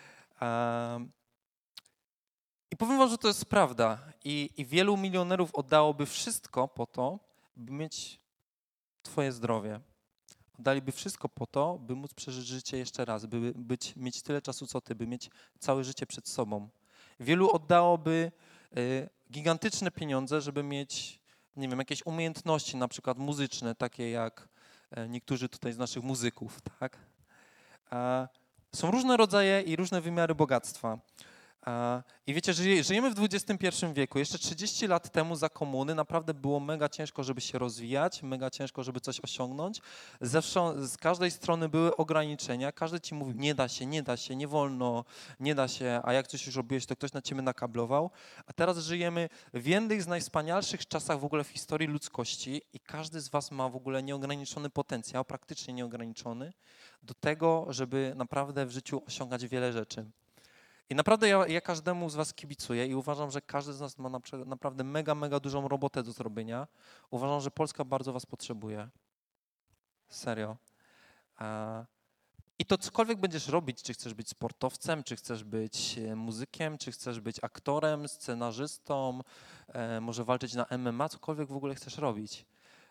I powiem wam, że to jest prawda. I wielu milionerów oddałoby wszystko po to, by mieć twoje zdrowie. Oddaliby wszystko po to, by móc przeżyć życie jeszcze raz, by mieć tyle czasu co ty, by mieć całe życie przed sobą. Wielu oddałoby gigantyczne pieniądze, żeby mieć, nie wiem, jakieś umiejętności, na przykład muzyczne, takie jak niektórzy tutaj z naszych muzyków, tak? Są różne rodzaje i różne wymiary bogactwa. I wiecie, że żyjemy w XXI wieku. Jeszcze 30 lat temu za komuny naprawdę było mega ciężko, żeby się rozwijać, mega ciężko, żeby coś osiągnąć. Z każdej strony były ograniczenia. Każdy ci mówił, nie da się, nie wolno, nie da się, a jak coś już robiłeś, to ktoś na ciebie nakablował. A teraz żyjemy w jednych z najwspanialszych czasach w ogóle w historii ludzkości i każdy z was ma w ogóle nieograniczony potencjał, praktycznie nieograniczony, do tego, żeby naprawdę w życiu osiągać wiele rzeczy. I naprawdę ja każdemu z was kibicuję i uważam, że każdy z nas ma naprawdę mega dużą robotę do zrobienia. Uważam, że Polska bardzo was potrzebuje. Serio. I to cokolwiek będziesz robić, czy chcesz być sportowcem, czy chcesz być muzykiem, czy chcesz być aktorem, scenarzystą, może walczyć na MMA, cokolwiek w ogóle chcesz robić.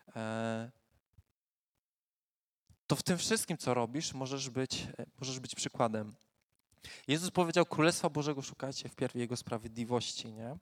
To w tym wszystkim, co robisz, możesz być przykładem. Jezus powiedział, Królestwa Bożego szukajcie wpierw Jego sprawiedliwości, nie?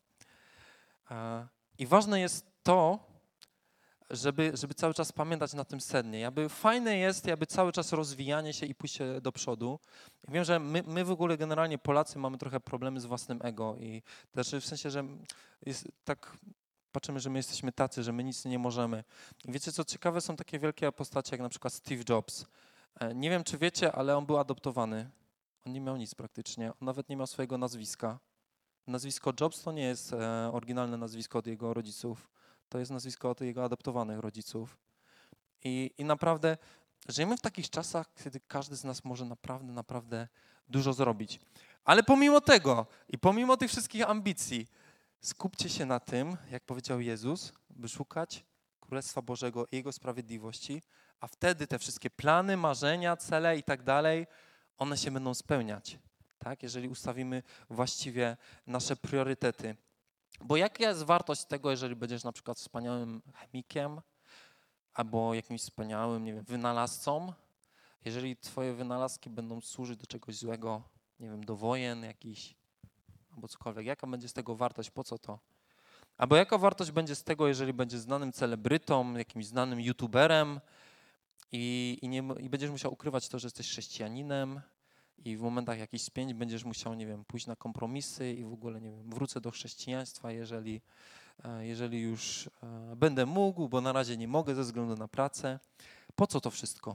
I ważne jest to, żeby cały czas pamiętać na tym sednie. Fajne jest cały czas rozwijanie się i pójście do przodu. I wiem, że my w ogóle generalnie Polacy mamy trochę problemy z własnym ego i też w sensie, że jest tak patrzymy, że my jesteśmy tacy, że my nic nie możemy. I wiecie co, ciekawe są takie wielkie postacie jak na przykład Steve Jobs. Nie wiem, czy wiecie, ale on był adoptowany. On nie miał nic praktycznie, on nawet nie miał swojego nazwiska. Nazwisko Jobs to nie jest oryginalne nazwisko od jego rodziców, to jest nazwisko od jego adoptowanych rodziców. I naprawdę żyjemy w takich czasach, kiedy każdy z nas może naprawdę dużo zrobić. Ale pomimo tego i pomimo tych wszystkich ambicji, skupcie się na tym, jak powiedział Jezus, by szukać Królestwa Bożego i Jego sprawiedliwości, a wtedy te wszystkie plany, marzenia, cele i tak dalej, one się będą spełniać, tak? Jeżeli ustawimy właściwie nasze priorytety. Bo jaka jest wartość tego, jeżeli będziesz na przykład wspaniałym chemikiem albo jakimś wspaniałym, nie wiem, wynalazcą, jeżeli twoje wynalazki będą służyć do czegoś złego, nie wiem, do wojen jakichś albo cokolwiek. Jaka będzie z tego wartość? Po co to? Albo jaka wartość będzie z tego, jeżeli będziesz znanym celebrytą, jakimś znanym youtuberem, i będziesz musiał ukrywać to, że jesteś chrześcijaninem i w momentach jakichś spięć będziesz musiał, nie wiem, pójść na kompromisy i w ogóle, nie wiem, wrócę do chrześcijaństwa, jeżeli już będę mógł, bo na razie nie mogę ze względu na pracę. Po co to wszystko?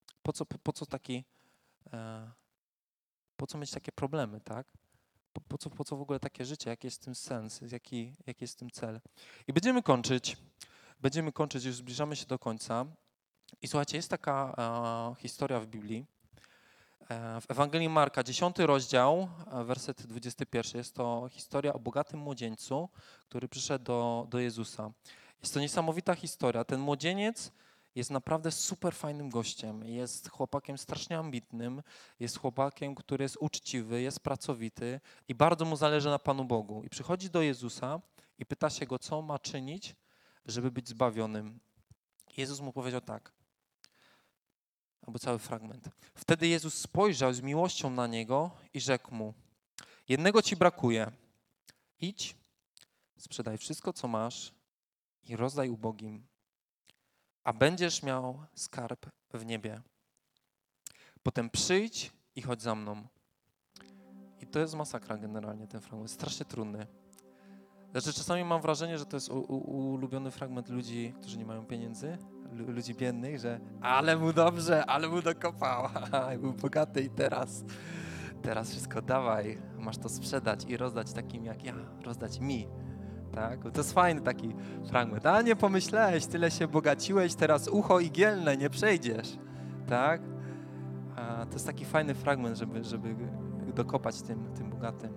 Po co mieć takie problemy, tak? Po co w ogóle takie życie? Jaki jest w tym sens? Jaki jest w tym cel? I będziemy kończyć, już zbliżamy się do końca. I słuchajcie, jest taka historia w Biblii, w Ewangelii Marka, 10 rozdział, werset 21. Jest to historia o bogatym młodzieńcu, który przyszedł do Jezusa. Jest to niesamowita historia. Ten młodzieniec jest naprawdę super fajnym gościem. Jest chłopakiem strasznie ambitnym, jest chłopakiem, który jest uczciwy, jest pracowity i bardzo mu zależy na Panu Bogu. I przychodzi do Jezusa i pyta się go, co ma czynić, żeby być zbawionym. Jezus mu powiedział tak, albo cały fragment. Wtedy Jezus spojrzał z miłością na niego i rzekł mu, jednego ci brakuje. Idź, sprzedaj wszystko, co masz i rozdaj ubogim, a będziesz miał skarb w niebie. Potem przyjdź i chodź za mną. I to jest masakra generalnie, ten fragment. Strasznie trudny. Znaczy, czasami mam wrażenie, że to jest ulubiony fragment ludzi, którzy nie mają pieniędzy, ludzi biednych, że ale mu dobrze, ale mu dokopał, był bogaty i teraz wszystko dawaj, masz to sprzedać i rozdać takim jak ja, rozdać mi. Tak? To jest fajny taki fragment. A nie pomyślałeś, tyle się bogaciłeś, teraz ucho igielne, nie przejdziesz. Tak? A to jest taki fajny fragment, żeby dokopać tym bogatym.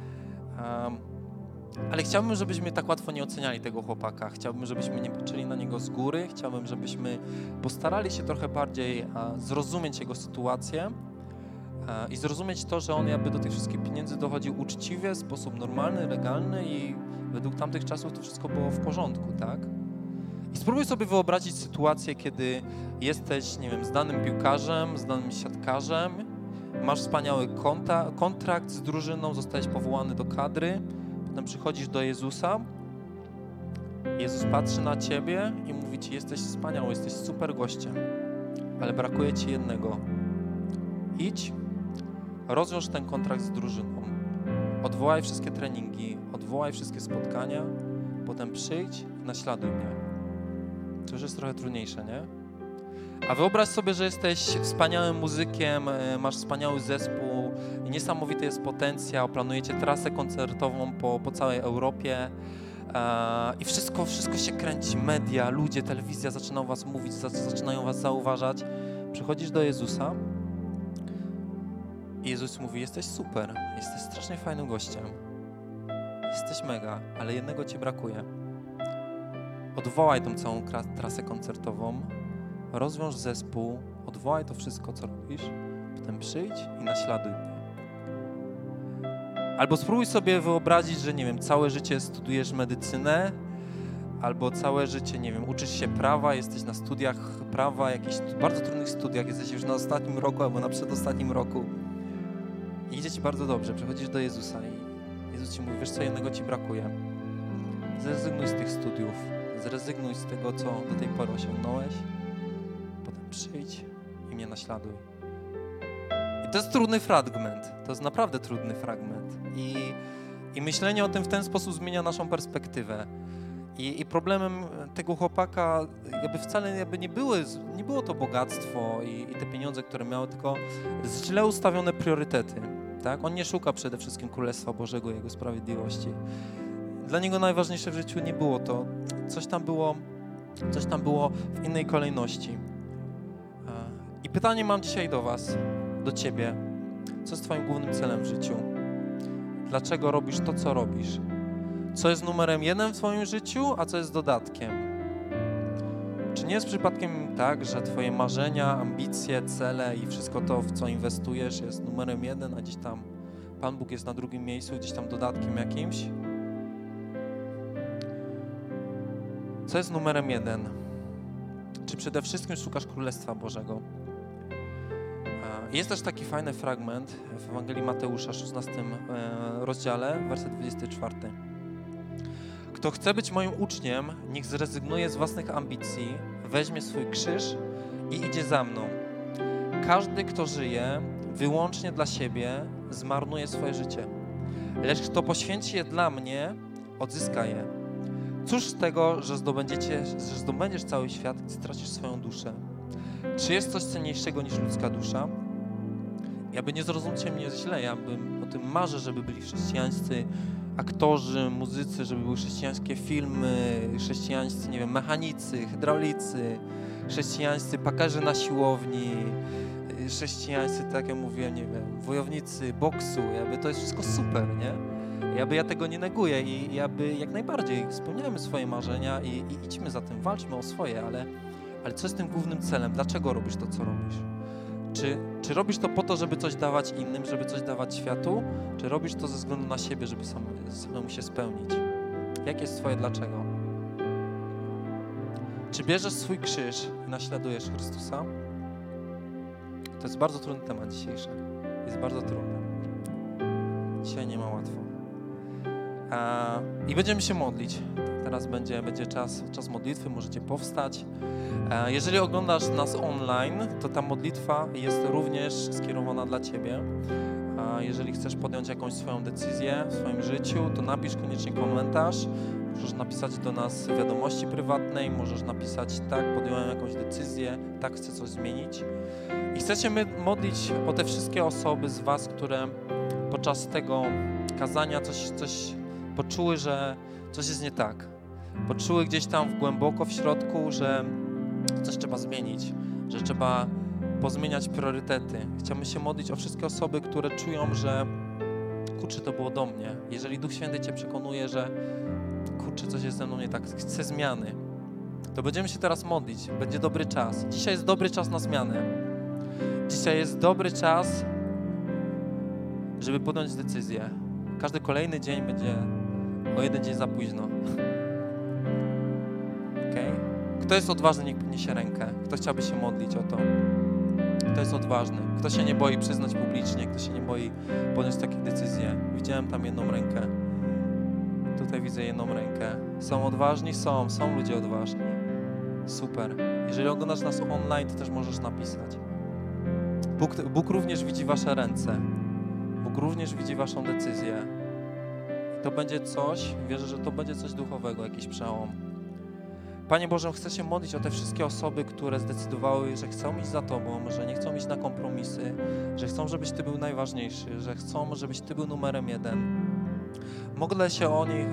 Ale chciałbym, żebyśmy tak łatwo nie oceniali tego chłopaka. Chciałbym, żebyśmy nie patrzyli na niego z góry. Chciałbym, żebyśmy postarali się trochę bardziej zrozumieć jego sytuację i zrozumieć to, że on jakby do tych wszystkich pieniędzy dochodził uczciwie, w sposób normalny, legalny i według tamtych czasów to wszystko było w porządku, tak? I spróbuj sobie wyobrazić sytuację, kiedy jesteś, nie wiem, znanym piłkarzem, znanym siatkarzem, masz wspaniały kontrakt z drużyną, zostałeś powołany do kadry, potem przychodzisz do Jezusa, Jezus patrzy na ciebie i mówi ci, jesteś wspaniały, jesteś super gościem, ale brakuje ci jednego. Idź, rozwiąż ten kontrakt z drużyną, odwołaj wszystkie treningi, odwołaj wszystkie spotkania, potem przyjdź i naśladuj mnie. To już jest trochę trudniejsze, nie? A wyobraź sobie, że jesteś wspaniałym muzykiem, masz wspaniały zespół, niesamowity jest potencjał, planujecie trasę koncertową po całej Europie i wszystko się kręci, media, ludzie, telewizja zaczynają was mówić, zaczynają was zauważać. Przychodzisz do Jezusa i Jezus mówi, jesteś super, jesteś strasznie fajnym gościem, jesteś mega, ale jednego ci brakuje. Odwołaj tą całą trasę koncertową, rozwiąż zespół, odwołaj to wszystko, co robisz, potem przyjdź i naśladuj mnie. Albo spróbuj sobie wyobrazić, że nie wiem, całe życie studiujesz medycynę, albo całe życie, nie wiem, uczysz się prawa, jesteś na studiach prawa, jakichś bardzo trudnych studiach, jesteś już na ostatnim roku albo na przedostatnim roku i idzie ci bardzo dobrze, przychodzisz do Jezusa i Jezus ci mówi, wiesz co, jednego ci brakuje. Zrezygnuj z tych studiów, zrezygnuj z tego, co do tej pory osiągnąłeś, potem przyjdź i mnie naśladuj. I to jest trudny fragment, to jest naprawdę trudny fragment i myślenie o tym w ten sposób zmienia naszą perspektywę. I problemem tego chłopaka jakby wcale nie było to bogactwo i te pieniądze, które miały, tylko źle ustawione priorytety. Tak? On nie szuka przede wszystkim Królestwa Bożego i Jego sprawiedliwości. Dla niego najważniejsze w życiu nie było to. Coś tam było w innej kolejności. I pytanie mam dzisiaj do was, do ciebie. Co jest twoim głównym celem w życiu? Dlaczego robisz to, co robisz? Co jest numerem 1 w twoim życiu, a co jest dodatkiem? Czy nie jest przypadkiem tak, że twoje marzenia, ambicje, cele i wszystko to, w co inwestujesz, jest numerem 1, a gdzieś tam Pan Bóg jest na drugim miejscu, gdzieś tam dodatkiem jakimś? Co jest numerem 1? Czy przede wszystkim szukasz Królestwa Bożego? Jest też taki fajny fragment w Ewangelii Mateusza, 16 rozdziale, werset 24. Kto chce być moim uczniem, niech zrezygnuje z własnych ambicji, weźmie swój krzyż i idzie za mną. Każdy, kto żyje wyłącznie dla siebie, zmarnuje swoje życie. Lecz kto poświęci je dla mnie, odzyska je. Cóż z tego, że zdobędziesz cały świat i stracisz swoją duszę? Czy jest coś cenniejszego niż ludzka dusza? Jakby nie zrozumcie mnie źle, ja bym o tym marzę, żeby byli chrześcijańscy aktorzy, muzycy, żeby były chrześcijańskie filmy, chrześcijańscy, nie wiem, mechanicy, hydraulicy, chrześcijańscy pakarzy na siłowni, chrześcijańscy, tak jak mówiłem, nie wiem, wojownicy boksu, jakby to jest wszystko super, nie? Ja tego nie neguję i jak najbardziej spełniajmy swoje marzenia i idźmy za tym, walczmy o swoje, ale Ale co jest tym głównym celem? Dlaczego robisz to, co robisz? Czy robisz to po to, żeby coś dawać innym, żeby coś dawać światu? Czy robisz to ze względu na siebie, żeby samemu się spełnić? Jakie jest twoje dlaczego? Czy bierzesz swój krzyż i naśladujesz Chrystusa? To jest bardzo trudny temat dzisiejszy. Jest bardzo trudny. Dzisiaj nie ma łatwo. I będziemy się modlić. Teraz będzie czas modlitwy, możecie powstać. Jeżeli oglądasz nas online, to ta modlitwa jest również skierowana dla Ciebie. Jeżeli chcesz podjąć jakąś swoją decyzję w swoim życiu, to napisz koniecznie komentarz. Możesz napisać do nas w wiadomości prywatnej, możesz napisać tak, podjąłem jakąś decyzję, tak, chcę coś zmienić. I chcę się modlić o te wszystkie osoby z Was, które podczas tego kazania coś poczuły, że coś jest nie tak. Poczuły gdzieś tam głęboko w środku, że coś trzeba zmienić, że trzeba pozmieniać priorytety. Chciałbym się modlić o wszystkie osoby, które czują, że kurczę, to było do mnie. Jeżeli Duch Święty Cię przekonuje, że kurczę, coś jest ze mną nie tak, chcę zmiany, to będziemy się teraz modlić. Będzie dobry czas. Dzisiaj jest dobry czas na zmianę. Dzisiaj jest dobry czas, żeby podjąć decyzję. Każdy kolejny dzień będzie o jeden dzień za późno. Okay? Kto jest odważny, niech podniesie rękę. Kto chciałby się modlić o to? Kto jest odważny? Kto się nie boi przyznać publicznie? Kto się nie boi podjąć takie decyzje? Widziałem tam jedną rękę. Tutaj widzę jedną rękę. Są odważni? Są ludzie odważni. Super. Jeżeli oglądasz nas online, to też możesz napisać. Bóg również widzi wasze ręce. Bóg również widzi waszą decyzję. I to będzie coś, wierzę, że to będzie coś duchowego, jakiś przełom. Panie Boże, chcę się modlić o te wszystkie osoby, które zdecydowały, że chcą iść za Tobą, że nie chcą iść na kompromisy, że chcą, żebyś Ty był najważniejszy, że chcą, żebyś Ty był numerem 1. Modlę się o nich,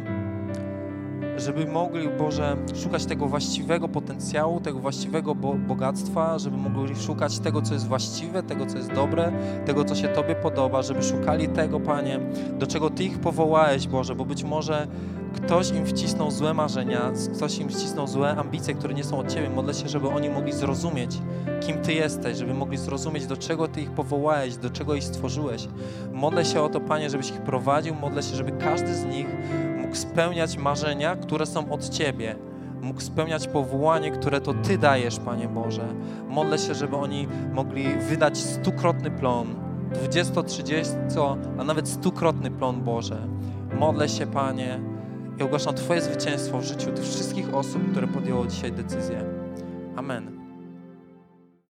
żeby mogli, Boże, szukać tego właściwego potencjału, tego właściwego bogactwa, żeby mogli szukać tego, co jest właściwe, tego, co jest dobre, tego, co się Tobie podoba, żeby szukali tego, Panie, do czego Ty ich powołałeś, Boże, bo być może ktoś im wcisnął złe marzenia, ktoś im wcisnął złe ambicje, które nie są od Ciebie. Modlę się, żeby oni mogli zrozumieć, kim Ty jesteś, żeby mogli zrozumieć, do czego Ty ich powołałeś, do czego ich stworzyłeś. Modlę się o to, Panie, żebyś ich prowadził, modlę się, żeby każdy z nich mógł spełniać marzenia, które są od Ciebie. Mógł spełniać powołanie, które to Ty dajesz, Panie Boże. Modlę się, żeby oni mogli wydać 100-krotny plon, 20, 30, a nawet 100-krotny plon, Boże. Modlę się, Panie, i ogłaszam Twoje zwycięstwo w życiu tych wszystkich osób, które podjęło dzisiaj decyzję. Amen.